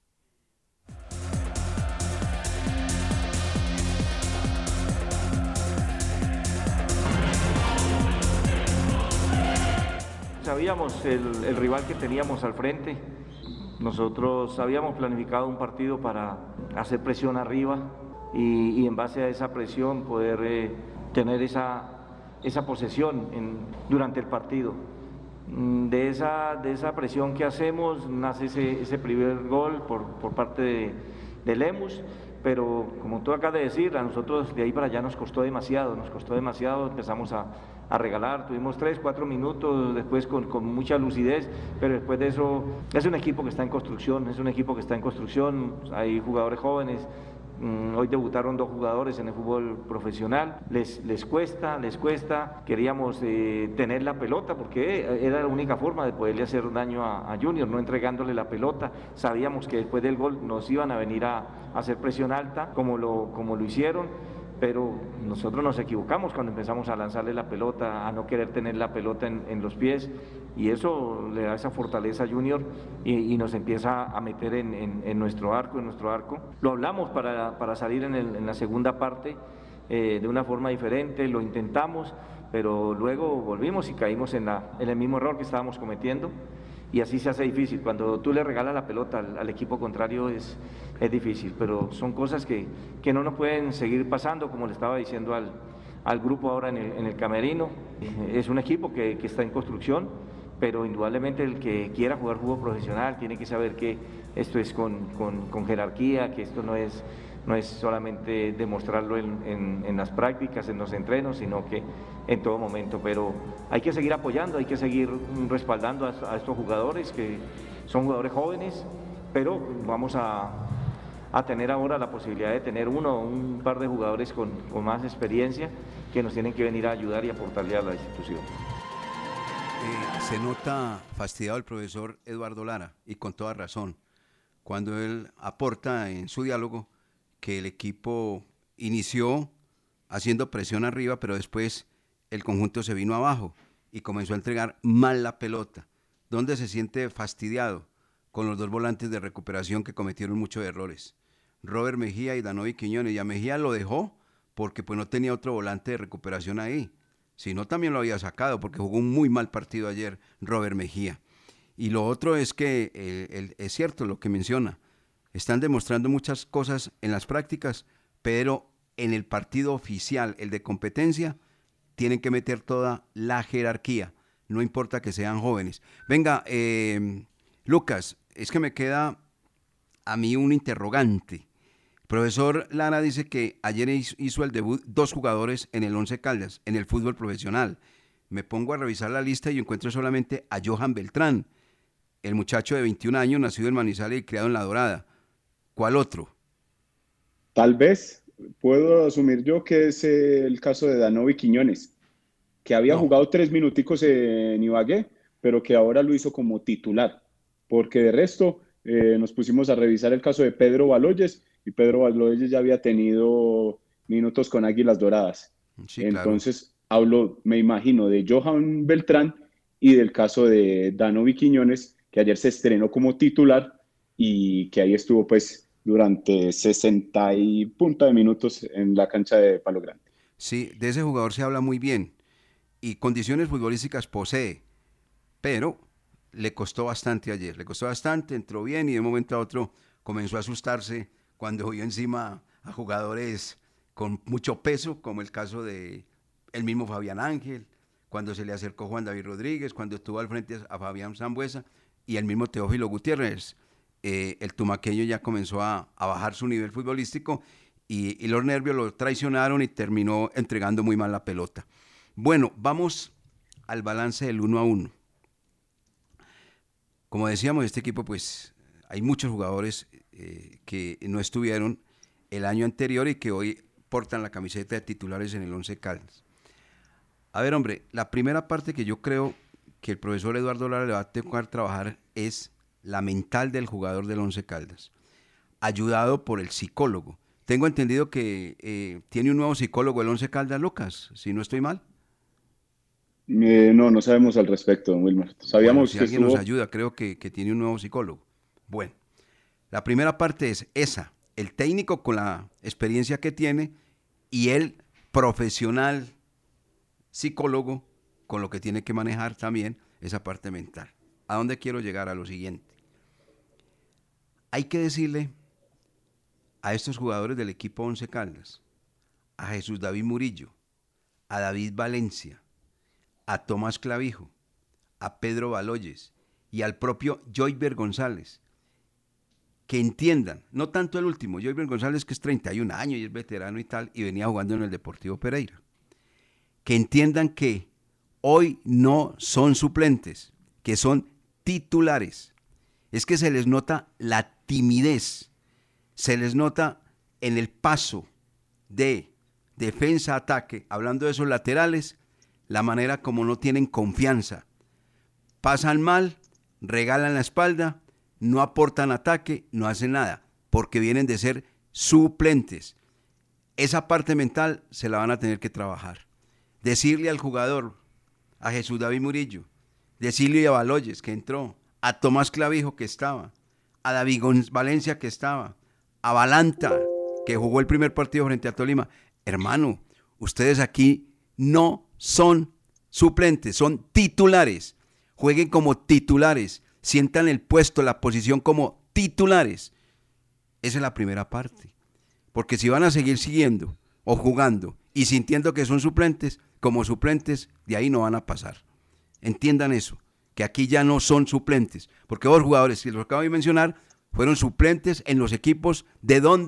Sabíamos el rival que teníamos al frente, nosotros habíamos planificado un partido para hacer presión arriba y en base a esa presión poder tener esa posesión durante el partido. De esa presión que hacemos nace ese primer gol por parte de Lemus, pero como tú acabas de decir, a nosotros de ahí para allá nos costó demasiado, empezamos a regalar, tuvimos 3, 4 minutos después con mucha lucidez, pero después de eso es un equipo que está en construcción, hay jugadores jóvenes. Hoy debutaron 2 jugadores en el fútbol profesional, les cuesta, queríamos tener la pelota porque era la única forma de poderle hacer daño a Junior, no entregándole la pelota. Sabíamos que después del gol nos iban a venir a hacer presión alta como lo hicieron, pero nosotros nos equivocamos cuando empezamos a lanzarle la pelota, a no querer tener la pelota en los pies, y eso le da esa fortaleza a Junior y nos empieza a meter en nuestro arco. Lo hablamos para salir en la segunda parte de una forma diferente, lo intentamos, pero luego volvimos y caímos en el mismo error que estábamos cometiendo. Y así se hace difícil, cuando tú le regalas la pelota al equipo contrario es difícil, pero son cosas que no nos pueden seguir pasando, como le estaba diciendo al grupo ahora en el camerino. Es un equipo que está en construcción, pero indudablemente el que quiera jugar fútbol profesional tiene que saber que esto es con jerarquía, que esto no es no es solamente demostrarlo en las prácticas, en los entrenos, sino que en todo momento. Pero hay que seguir apoyando, hay que seguir respaldando a estos jugadores que son jugadores jóvenes, pero vamos a tener ahora la posibilidad de tener un par de jugadores con más experiencia que nos tienen que venir a ayudar y aportarle a la institución. Se nota fastidiado el profesor Eduardo Lara, y con toda razón, cuando él aporta en su diálogo que el equipo inició haciendo presión arriba, pero después el conjunto se vino abajo y comenzó a entregar mal la pelota, donde se siente fastidiado con los dos volantes de recuperación que cometieron muchos errores, Robert Mejía y Danovi Quiñones. Y a Mejía lo dejó porque pues no tenía otro volante de recuperación ahí, si no también lo había sacado, porque jugó un muy mal partido ayer Robert Mejía. Y lo otro es que es cierto lo que menciona, están demostrando muchas cosas en las prácticas, pero en el partido oficial, el de competencia, tienen que meter toda la jerarquía, no importa que sean jóvenes. Venga, Lucas, es que me queda a mí un interrogante. El profesor Lara dice que ayer hizo el debut 2 jugadores en el Once Caldas, en el fútbol profesional. Me pongo a revisar la lista y encuentro solamente a Johan Beltrán, el muchacho de 21 años, nacido en Manizales y criado en La Dorada. ¿Cuál otro? Tal vez puedo asumir yo que es el caso de Danovi Quiñones, que había jugado 3 minuticos en Ibagué, pero que ahora lo hizo como titular, porque de resto nos pusimos a revisar el caso de Pedro Baloyes, y Pedro Baloyes ya había tenido minutos con Águilas Doradas. Sí, entonces claro. Hablo, me imagino, de Johan Beltrán y del caso de Danovi Quiñones, que ayer se estrenó como titular y que ahí estuvo pues durante 60 y punta de minutos en la cancha de Palo Grande. Sí, de ese jugador se habla muy bien y condiciones futbolísticas posee, pero le costó bastante ayer, entró bien y de un momento a otro comenzó a asustarse cuando vio encima a jugadores con mucho peso, como el caso de el mismo Fabián Ángel, cuando se le acercó Juan David Rodríguez, cuando estuvo al frente a Fabián Sambuesa y el mismo Teófilo Gutiérrez. El tumaqueño ya comenzó a bajar su nivel futbolístico y los nervios lo traicionaron y terminó entregando muy mal la pelota. Bueno, vamos al balance del 1-1. Como decíamos, este equipo pues hay muchos jugadores que no estuvieron el año anterior y que hoy portan la camiseta de titulares en el Once Caldas. A ver, hombre, la primera parte que yo creo que el profesor Eduardo Lara le va a tocar trabajar es la mental del jugador del Once Caldas, ayudado por el psicólogo. Tengo entendido que tiene un nuevo psicólogo el Once Caldas, Lucas, si no estoy mal. No sabemos al respecto, don Wilmar. Sabíamos si que alguien nos ayuda, creo que tiene un nuevo psicólogo. Bueno, la primera parte es esa, el técnico con la experiencia que tiene y el profesional psicólogo con lo que tiene que manejar también esa parte mental. ¿A dónde quiero llegar? A lo siguiente. Hay que decirle a estos jugadores del equipo Once Caldas, a Jesús David Murillo, a David Valencia, a Tomás Clavijo, a Pedro Baloyes y al propio Joyver González, que entiendan, no tanto el último, Joyver González, que es 31 años y es veterano y tal, y venía jugando en el Deportivo Pereira, que entiendan que hoy no son suplentes, que son titulares. Es que se les nota la timidez, se les nota en el paso de defensa a ataque, hablando de esos laterales, la manera como no tienen confianza. Pasan mal, regalan la espalda, no aportan ataque, no hacen nada, porque vienen de ser suplentes. Esa parte mental se la van a tener que trabajar. Decirle al jugador, a Jesús David Murillo, decirle a Baloyes que entró, a Tomás Clavijo que estaba, a David Valencia que estaba, a Balanta que jugó el primer partido frente a Tolima. Hermano, ustedes aquí no son suplentes, son titulares. Jueguen como titulares, sientan el puesto, la posición como titulares. Esa es la primera parte. Porque si van a seguir siguiendo o jugando y sintiendo que son suplentes, como suplentes, de ahí no van a pasar. Entiendan eso, que aquí ya no son suplentes, porque dos jugadores, que los acabo de mencionar, fueron suplentes en los equipos de donde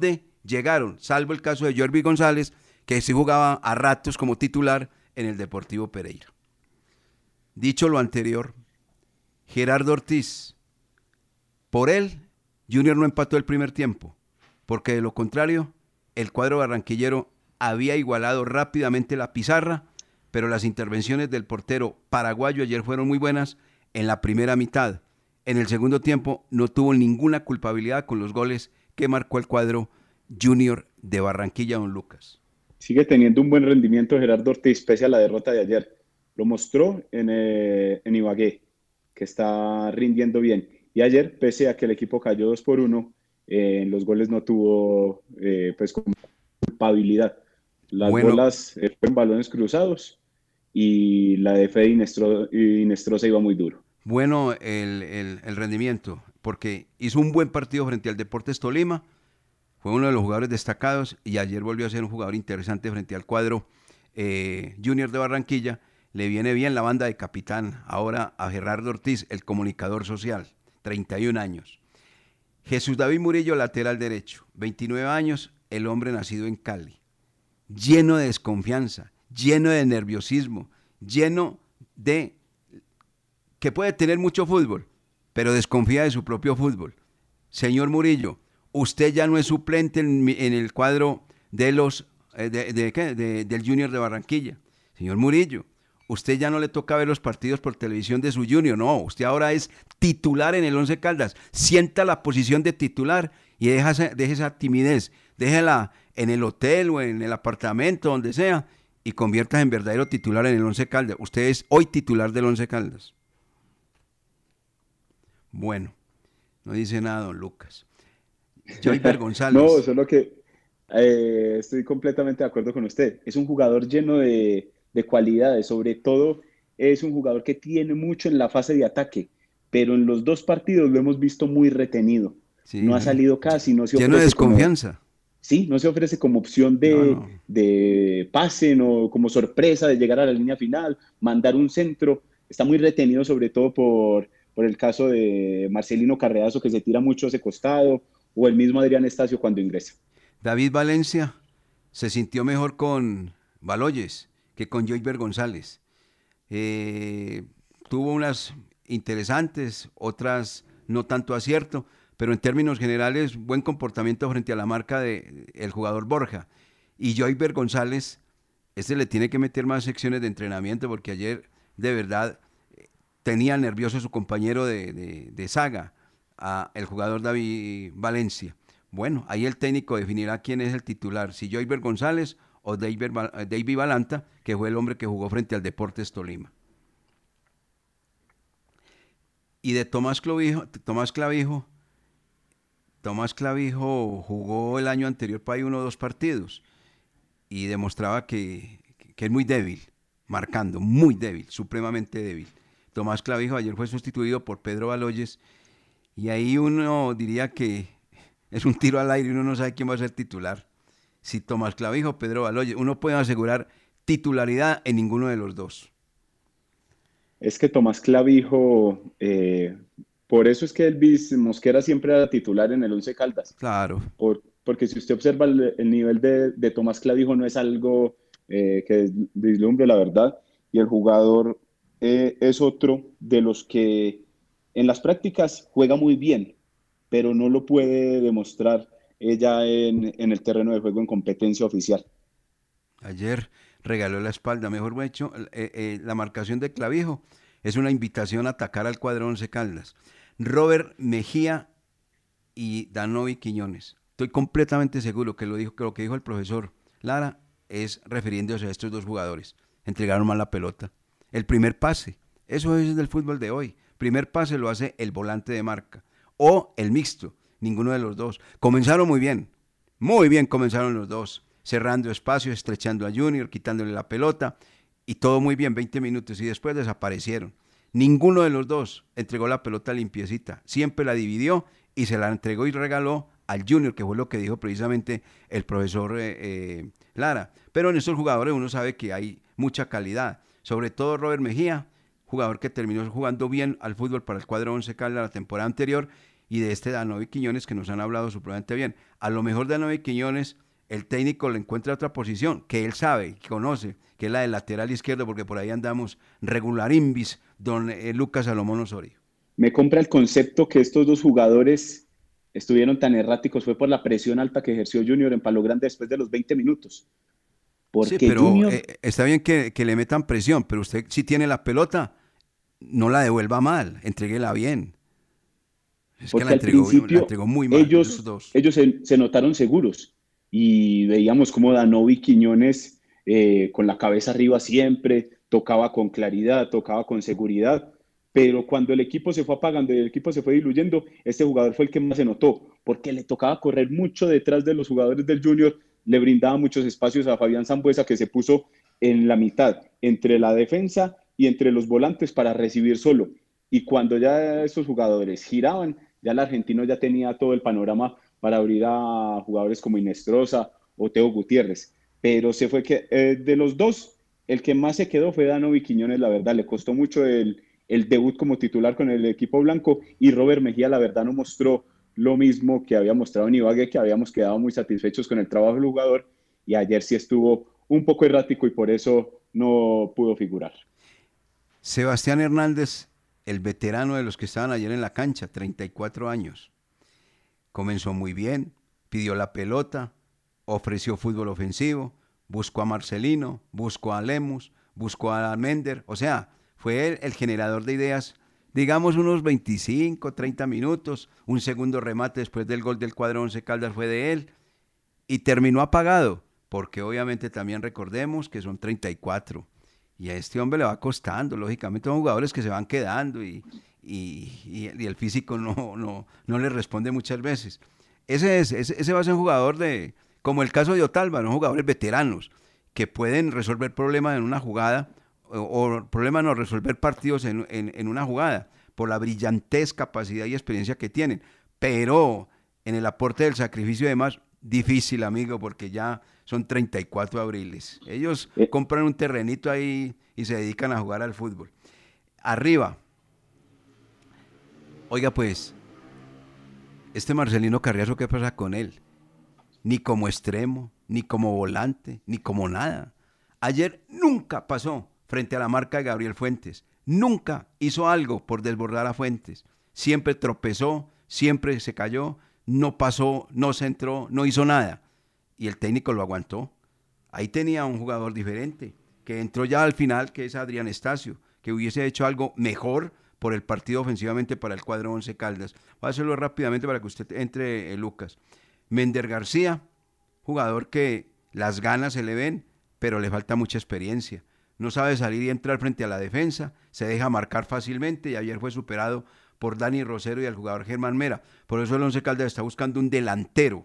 llegaron, salvo el caso de Jordi González, que sí jugaba a ratos como titular en el Deportivo Pereira. Dicho lo anterior, Gerardo Ortiz, por él, Junior no empató el primer tiempo, porque de lo contrario, el cuadro barranquillero había igualado rápidamente la pizarra, pero las intervenciones del portero paraguayo ayer fueron muy buenas en la primera mitad. En el segundo tiempo no tuvo ninguna culpabilidad con los goles que marcó el cuadro Junior de Barranquilla, don Lucas. Sigue teniendo un buen rendimiento Gerardo Ortiz pese a la derrota de ayer. Lo mostró en Ibagué, que está rindiendo bien. Y ayer, pese a que el equipo cayó 2-1, en los goles no tuvo pues culpabilidad. Las bolas fueron balones cruzados y la de Fede Inestrosa iba muy duro. Bueno el rendimiento, porque hizo un buen partido frente al Deportes Tolima, fue uno de los jugadores destacados y ayer volvió a ser un jugador interesante frente al cuadro Junior de Barranquilla. Le viene bien la banda de capitán ahora a Gerardo Ortiz, el comunicador social, 31 años. Jesús David Murillo, lateral derecho, 29 años, el hombre nacido en Cali, lleno de desconfianza, lleno de nerviosismo, lleno de que puede tener mucho fútbol, pero desconfía de su propio fútbol. Señor Murillo, usted ya no es suplente en el cuadro de los del Junior de Barranquilla. Señor Murillo, usted ya no le toca ver los partidos por televisión de su Junior, no, usted ahora es titular en el Once Caldas, sienta la posición de titular y deje esa timidez, déjela en el hotel o en el apartamento, donde sea, y conviértase en verdadero titular en el Once Caldas. Usted es hoy titular del Once Caldas. Bueno, no dice nada don Lucas. Joyver González. No, solo que estoy completamente de acuerdo con usted. Es un jugador lleno de cualidades, sobre todo es un jugador que tiene mucho en la fase de ataque, pero en los dos partidos lo hemos visto muy retenido. Sí, no ha salido casi, no se ofrece. Lleno de desconfianza. Sí, no se ofrece como opción de pase, no, como sorpresa de llegar a la línea final, mandar un centro. Está muy retenido, sobre todo por el caso de Marcelino Carreazo, que se tira mucho a ese costado, o el mismo Adrián Estacio cuando ingresa. David Valencia se sintió mejor con Baloyes que con Joyver González. Tuvo unas interesantes, otras no tanto acierto, pero en términos generales, buen comportamiento frente a la marca del jugador Borja. Y Joyver González, le tiene que meter más secciones de entrenamiento, porque ayer, de verdad, tenía nervioso a su compañero de saga, el jugador David Valencia. Bueno, ahí el técnico definirá quién es el titular, si Joyver González o David Balanta, que fue el hombre que jugó frente al Deportes Tolima. Y de Tomás Clavijo jugó el año anterior para ahí 1 o 2 partidos y demostraba que es muy débil, marcando, muy débil, supremamente débil. Tomás Clavijo ayer fue sustituido por Pedro Baloyes y ahí uno diría que es un tiro al aire y uno no sabe quién va a ser titular. Si Tomás Clavijo o Pedro Baloyes, uno puede asegurar titularidad en ninguno de los dos. Es que Tomás Clavijo, por eso es que Elvis Mosquera siempre era titular en el Once Caldas. Claro. Porque si usted observa el nivel de Tomás Clavijo no es algo que vislumbre, la verdad, y el jugador es otro de los que en las prácticas juega muy bien, pero no lo puede demostrar ella en el terreno de juego en competencia oficial. Ayer regaló la espalda, mejor dicho, la marcación de Clavijo es una invitación a atacar al cuadro Once Caldas. Robert Mejía y Danovi Quiñones. Estoy completamente seguro que lo que dijo el profesor Lara es refiriéndose a estos dos jugadores. Entregaron mal la pelota. El primer pase, eso es del fútbol de hoy. Primer pase lo hace el volante de marca o el mixto, ninguno de los dos. Comenzaron muy bien comenzaron los dos, cerrando espacios, estrechando a Junior, quitándole la pelota y todo muy bien, 20 minutos y después desaparecieron. Ninguno de los dos entregó la pelota limpiecita, siempre la dividió y se la entregó y regaló al Junior, que fue lo que dijo precisamente el profesor Lara. Pero en estos jugadores uno sabe que hay mucha calidad, sobre todo Robert Mejía, jugador que terminó jugando bien al fútbol para el cuadro Once Caldas la temporada anterior y de este Danovi Quiñones que nos han hablado supremamente bien. A lo mejor Danovi Quiñones, el técnico le encuentra otra posición que él sabe, que conoce, que es la del lateral izquierdo, porque por ahí andamos regularimbis, don Lucas Salomón Osorio. Me compra el concepto que estos dos jugadores estuvieron tan erráticos, fue por la presión alta que ejerció Junior en Palo Grande después de los 20 minutos. Porque sí, pero Junior... está bien que le metan presión, pero usted si tiene la pelota, no la devuelva mal, entréguela bien. Es porque que la entregó muy mal. Ellos se notaron seguros y veíamos como Danovi Quiñones con la cabeza arriba siempre, tocaba con claridad, tocaba con seguridad, pero cuando el equipo se fue apagando y el equipo se fue diluyendo, este jugador fue el que más se notó, porque le tocaba correr mucho detrás de los jugadores del Junior, le brindaba muchos espacios a Fabián Sambueza, que se puso en la mitad, entre la defensa y entre los volantes para recibir solo. Y cuando ya estos jugadores giraban, ya el argentino ya tenía todo el panorama para abrir a jugadores como Inestrosa o Teo Gutiérrez. Pero se fue que de los dos, el que más se quedó fue Danovi Quiñones, la verdad. Le costó mucho el debut como titular con el equipo blanco, y Robert Mejía, la verdad, no mostró lo mismo que había mostrado en Ibagué, que habíamos quedado muy satisfechos con el trabajo del jugador, y ayer sí estuvo un poco errático y por eso no pudo figurar. Sebastián Hernández, el veterano de los que estaban ayer en la cancha, 34 años. Comenzó muy bien, pidió la pelota, ofreció fútbol ofensivo, buscó a Marcelino, buscó a Lemus, buscó a Mender, o sea, fue él el generador de ideas, digamos unos 25, 30 minutos, un segundo remate después del gol del cuadro Once Caldas fue de él, y terminó apagado, porque obviamente también recordemos que son 34, y a este hombre le va costando, lógicamente son jugadores que se van quedando, y el físico no le responde muchas veces. Ese va a ser un jugador como el caso de Otalva, ¿no? Jugadores veteranos, que pueden resolver problemas en una jugada, resolver partidos en una jugada, por la brillantez, capacidad y experiencia que tienen, pero en el aporte del sacrificio y demás, difícil, amigo, porque ya son 34 abriles. Ellos compran un terrenito ahí y se dedican a jugar al fútbol. Arriba, oiga pues, este Marcelino Carriazo, ¿qué pasa con él? Ni como extremo, ni como volante, ni como nada. Ayer nunca pasó frente a la marca de Gabriel Fuentes. Nunca hizo algo por desbordar a Fuentes. Siempre tropezó, siempre se cayó, no pasó, no centró, no hizo nada. Y el técnico lo aguantó. Ahí tenía un jugador diferente, que entró ya al final, que es Adrián Estacio, que hubiese hecho algo mejor por el partido ofensivamente para el cuadro Once Caldas. Voy a hacerlo rápidamente para que usted entre, Lucas. Mender García, jugador que las ganas se le ven, pero le falta mucha experiencia. No sabe salir y entrar frente a la defensa, se deja marcar fácilmente y ayer fue superado por Dani Rosero y el jugador Germán Mera. Por eso el Once Caldas está buscando un delantero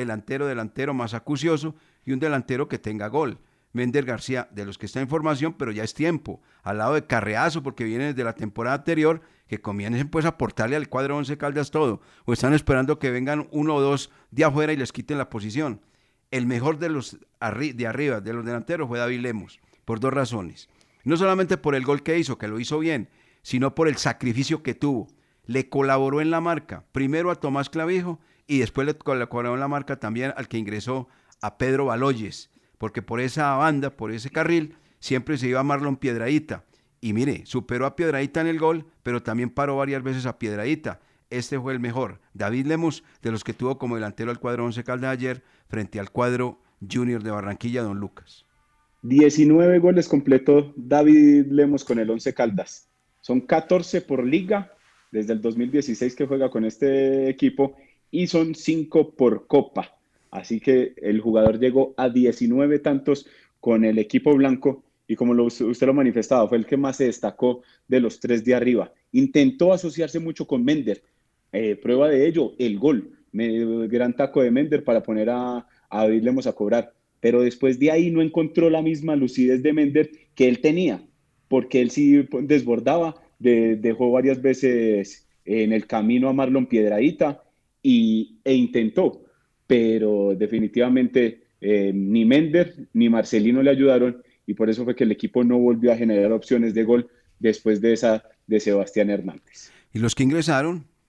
más acucioso y un delantero que tenga gol. Mender García, de los que está en formación, pero ya es tiempo, al lado de Carreazo, porque viene desde la temporada anterior, que comiencen pues a aportarle al cuadro Once Caldas todo, o están esperando que vengan uno o dos de afuera y les quiten la posición. El mejor de los de arriba, de los delanteros, fue David Lemos, por dos razones. No solamente por el gol que hizo, que lo hizo bien, sino por el sacrificio que tuvo. Le colaboró en la marca, primero a Tomás Clavijo, y después le colaboró en la marca también al que ingresó a Pedro Baloyes, porque por esa banda, por ese carril, siempre se iba Marlon Piedradita. Y mire, superó a Piedradita en el gol, pero también paró varias veces a Piedradita. Este fue el mejor. David Lemos, de los que tuvo como delantero al cuadro Once Caldas ayer, frente al cuadro Junior de Barranquilla, don Lucas. 19 goles completó David Lemos con el Once Caldas. Son 14 por liga, desde el 2016 que juega con este equipo, y son 5 por Copa. Así que el jugador llegó a 19 tantos con el equipo blanco y como usted lo manifestaba, fue el que más se destacó de los tres de arriba. Intentó asociarse mucho con Mender. Prueba de ello, el gol. Gran taco de Mender para poner a David Lemos a cobrar. Pero después de ahí no encontró la misma lucidez de Mender que él tenía, porque él sí desbordaba, dejó varias veces en el camino a Marlon Piedradita e intentó. Pero definitivamente ni Mender ni Marcelino le ayudaron y por eso fue que el equipo no volvió a generar opciones de gol después de esa de Sebastián Hernández. Y los que ingresaron,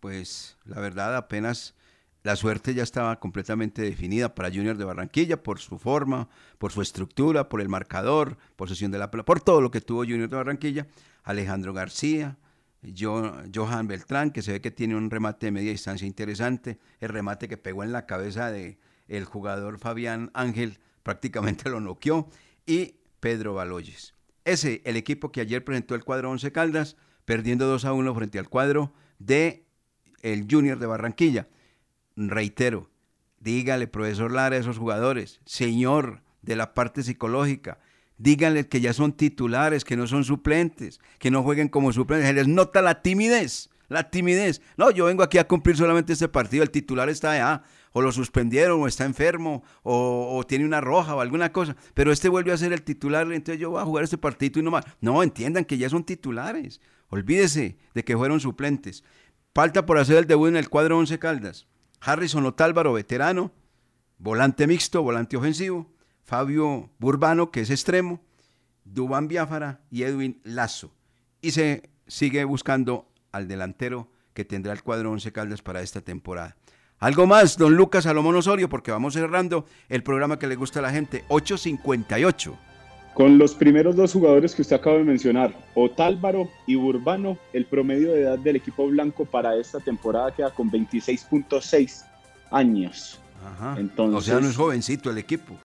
pues la verdad apenas la suerte ya estaba completamente definida para Junior de Barranquilla por su forma, por su estructura, por el marcador, posesión de la pelota, por todo lo que tuvo Junior de Barranquilla. Alejandro García, Johan Beltrán, que se ve que tiene un remate de media distancia interesante, el remate que pegó en la cabeza de el jugador Fabián Ángel, prácticamente lo noqueó, y Pedro Baloyes. El equipo que ayer presentó el cuadro Once Caldas, perdiendo 2-1 frente al cuadro de el Junior de Barranquilla. Reitero, dígale, profesor Lara, a esos jugadores, señor de la parte psicológica, díganle que ya son titulares, que no son suplentes, que no jueguen como suplentes, se les nota la timidez. No, yo vengo aquí a cumplir solamente este partido, el titular está o lo suspendieron, o está enfermo, o tiene una roja o alguna cosa, pero este vuelve a ser el titular, entonces yo voy a jugar este partido y no más. No, entiendan que ya son titulares, olvídese de que fueron suplentes. Falta por hacer el debut en el cuadro Once Caldas. Harrison Otálvaro, veterano, volante mixto, volante ofensivo, Fabio Burbano, que es extremo, Duván Biafara y Edwin Lazo. Y se sigue buscando al delantero que tendrá el cuadro Once Caldas para esta temporada. Algo más, don Lucas Salomón Osorio, porque vamos cerrando el programa que le gusta a la gente, 8:58. Con los primeros dos jugadores que usted acaba de mencionar, Otálvaro y Burbano, el promedio de edad del equipo blanco para esta temporada queda con 26.6 años. Ajá. Entonces, o sea, no es jovencito el equipo.